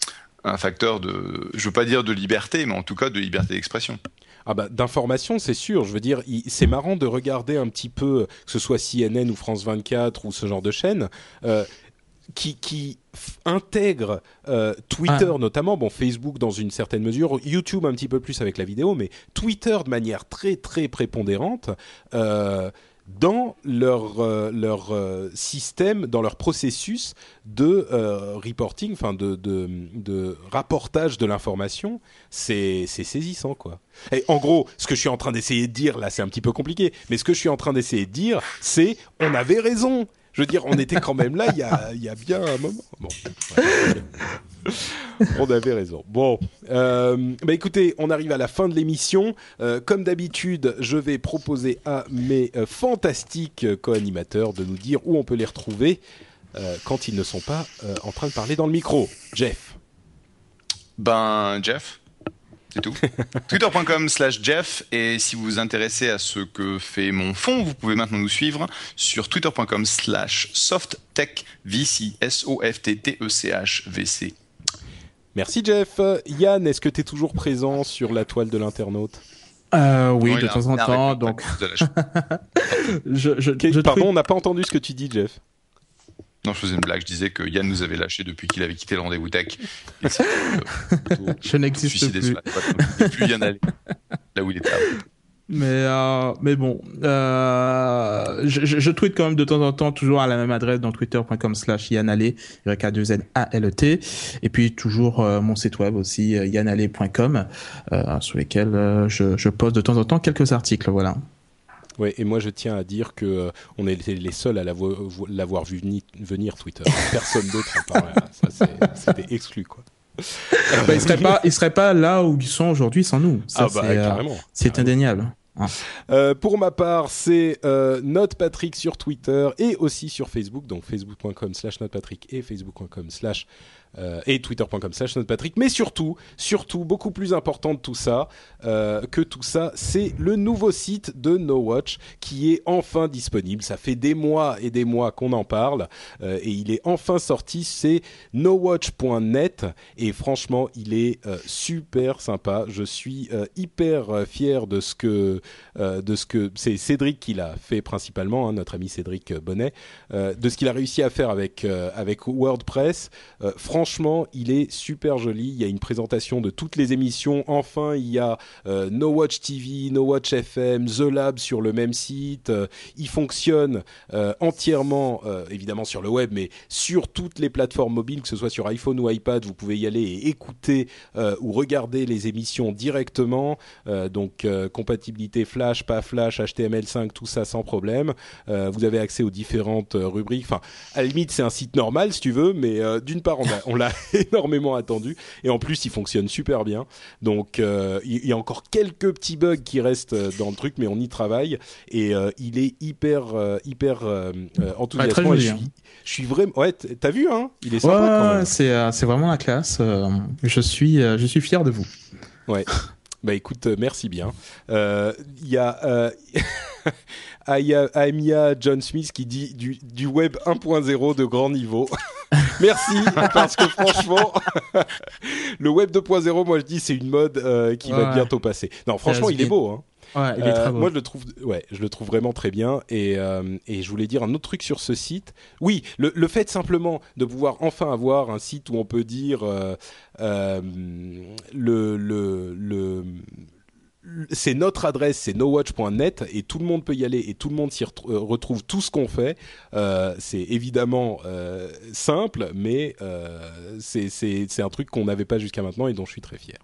Speaker 4: un facteur de, je veux pas dire de liberté, mais en tout cas de liberté d'expression.
Speaker 2: Ah bah d'information, c'est sûr. Je veux dire, il, c'est marrant de regarder un petit peu, que ce soit C N N ou France vingt-quatre ou ce genre de chaîne, euh, qui, qui f- intègrent euh, Twitter ah. notamment, bon Facebook dans une certaine mesure, YouTube un petit peu plus avec la vidéo, mais Twitter de manière très très prépondérante. Euh, dans leur euh, leur euh, système, dans leur processus de euh, reporting, enfin de, de de rapportage de l'information. C'est c'est saisissant, quoi. Et en gros, ce que je suis en train d'essayer de dire là, c'est un petit peu compliqué, mais ce que je suis en train d'essayer de dire, c'est on avait raison. Je veux dire, on était quand même là il y a il y a bien un moment. Bon. Ouais. On avait raison. Bon, euh, bah écoutez, on arrive à la fin de l'émission. Euh, comme d'habitude, je vais proposer à mes euh, fantastiques co-animateurs de nous dire où on peut les retrouver euh, quand ils ne sont pas euh, en train de parler dans le micro. Jeff.
Speaker 4: Ben, Jeff, c'est tout. Twitter.com slash Jeff. Et si vous vous intéressez à ce que fait mon fonds, vous pouvez maintenant nous suivre sur twitter.com slash softtechvc. S O F T T E C H V C.
Speaker 2: Merci Jeff. Yann, est-ce que tu es toujours présent sur la toile de l'internaute ?
Speaker 3: euh, Oui,
Speaker 4: non,
Speaker 3: de temps en temps. Donc... je, je,
Speaker 2: okay,
Speaker 3: je
Speaker 2: pardon,
Speaker 3: trouve...
Speaker 2: on n'a pas entendu ce que tu dis, Jeff.
Speaker 4: Non, je faisais une blague. Je disais que Yann nous avait lâché depuis qu'il avait quitté le rendez-vous tech. Et c'est, euh,
Speaker 3: je n'existe plus.
Speaker 4: Il ne plus Yann aller là où il était avant.
Speaker 3: Mais euh, mais bon, euh, je, je, je tweete quand même de temps en temps, toujours à la même adresse dans twitter.com slash yanale, Y A deux N A L E T, et puis toujours euh, mon site web aussi, euh, yanale point com, euh, sur lesquels euh, je, je poste de temps en temps quelques articles, voilà.
Speaker 2: Ouais, et moi je tiens à dire que euh, on est les seuls à l'avoir, l'avoir vu venir, venir Twitter. Personne d'autre en parle. Ça, c'est, c'était exclu, quoi.
Speaker 3: Bah, ils seraient pas, ils seraient pas là où ils sont aujourd'hui sans nous. Ça,
Speaker 2: ah bah
Speaker 3: c'est,
Speaker 2: carrément.
Speaker 3: Euh, c'est
Speaker 2: carrément.
Speaker 3: indéniable. Ah.
Speaker 2: Euh, pour ma part, c'est euh, NotePatrick sur Twitter et aussi sur Facebook, donc facebook.com slash NotePatrick et facebook.com slash euh, et twitter.com slash NotePatrick. Mais surtout, surtout, beaucoup plus important de tout ça, euh, que tout ça, c'est le nouveau site de NoWatch qui est enfin disponible. Ça fait des mois et des mois qu'on en parle euh, et il est enfin sorti. C'est nowatch point net et franchement, il est euh, super sympa. Je suis euh, hyper euh, fier de ce que Euh, de ce que c'est Cédric qui l'a fait principalement, hein, notre ami Cédric Bonnet, euh, de ce qu'il a réussi à faire avec euh, avec WordPress. Euh, franchement, il est super joli. Il y a une présentation de toutes les émissions. Enfin, il y a euh, NoWatch T V, NoWatch F M, The Lab sur le même site. Euh, il fonctionne euh, entièrement, euh, évidemment sur le web, mais sur toutes les plateformes mobiles, que ce soit sur iPhone ou iPad. Vous pouvez y aller et écouter euh, ou regarder les émissions directement. Euh, donc euh, compatibilité Flash, pas Flash, H T M L cinq, tout ça sans problème. Euh, vous avez accès aux différentes euh, rubriques. Enfin, à la limite, c'est un site normal si tu veux, mais euh, d'une part, on, a, on l'a énormément attendu et en plus, il fonctionne super bien. Donc, euh, il y a encore quelques petits bugs qui restent dans le truc, mais on y travaille et euh, il est hyper, euh, hyper euh, enthousiasmant.
Speaker 3: Ouais,
Speaker 2: et je, suis, je suis vraiment. Ouais, t'as vu, hein ? Il est sympa
Speaker 3: ouais,
Speaker 2: quand même.
Speaker 3: C'est, euh, c'est vraiment la classe. Euh, je suis, euh, je suis fier de vous.
Speaker 2: Ouais. Bah écoute, euh, merci bien. Il euh, y a euh, Aya, Amia John Smith qui dit du, du web un point zéro de grand niveau. Merci, parce que franchement, le web deux point zéro, moi je dis c'est une mode euh, qui ouais. va bientôt passer. Non, franchement, il est beau, hein.
Speaker 3: Ouais, il est très beau.
Speaker 2: Euh, moi, je le trouve, ouais, je le trouve vraiment très bien. Et, euh, et je voulais dire un autre truc sur ce site. Oui, le, le fait simplement de pouvoir enfin avoir un site où on peut dire euh, euh, le, le, le, c'est notre adresse, c'est nowatch point net et tout le monde peut y aller et tout le monde s'y re- retrouve tout ce qu'on fait. Euh, c'est évidemment euh, simple, mais euh, c'est, c'est, c'est un truc qu'on n'avait pas jusqu'à maintenant et dont je suis très fier.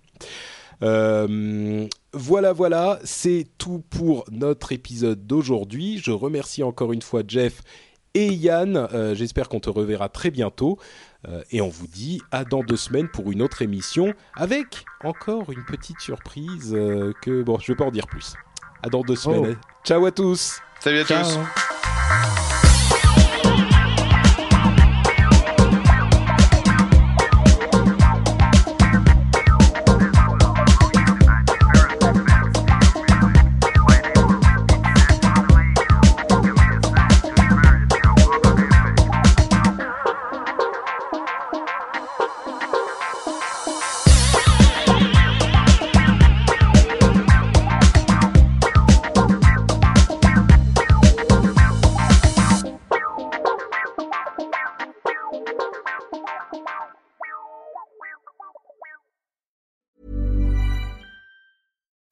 Speaker 2: Euh, voilà, voilà, c'est tout pour notre épisode d'aujourd'hui. Je remercie encore une fois Jeff et Yann. Euh, j'espère qu'on te reverra très bientôt. Euh, et on vous dit à dans deux semaines pour une autre émission avec encore une petite surprise euh, que, bon, je vais pas en dire plus. À dans deux semaines. Oh. Ciao à tous.
Speaker 4: Salut à
Speaker 3: Ciao.
Speaker 4: tous.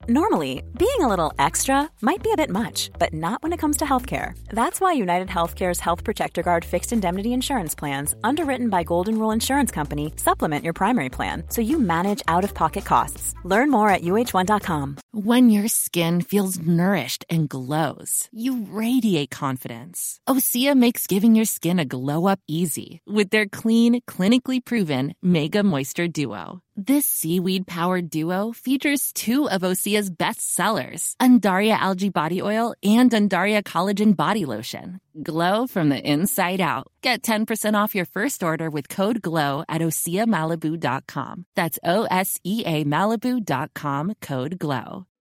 Speaker 8: Normally, being a little extra might be a bit much, but not when it comes to healthcare. That's why United Healthcare's Health Protector Guard fixed indemnity insurance plans, underwritten by Golden Rule Insurance Company, supplement your primary plan so you manage out-of-pocket costs. Learn more at U H one dot com.
Speaker 9: When your skin feels nourished and glows, you radiate confidence. Osea makes giving your skin a glow-up easy with their clean, clinically proven Mega Moisture Duo. This seaweed-powered duo features two of Osea's best sellers, Undaria Algae Body Oil and Undaria Collagen Body Lotion. Glow from the inside out. Get ten percent off your first order with code GLOW at osea malibu dot com. That's O S E A Malibu dot com, code GLOW.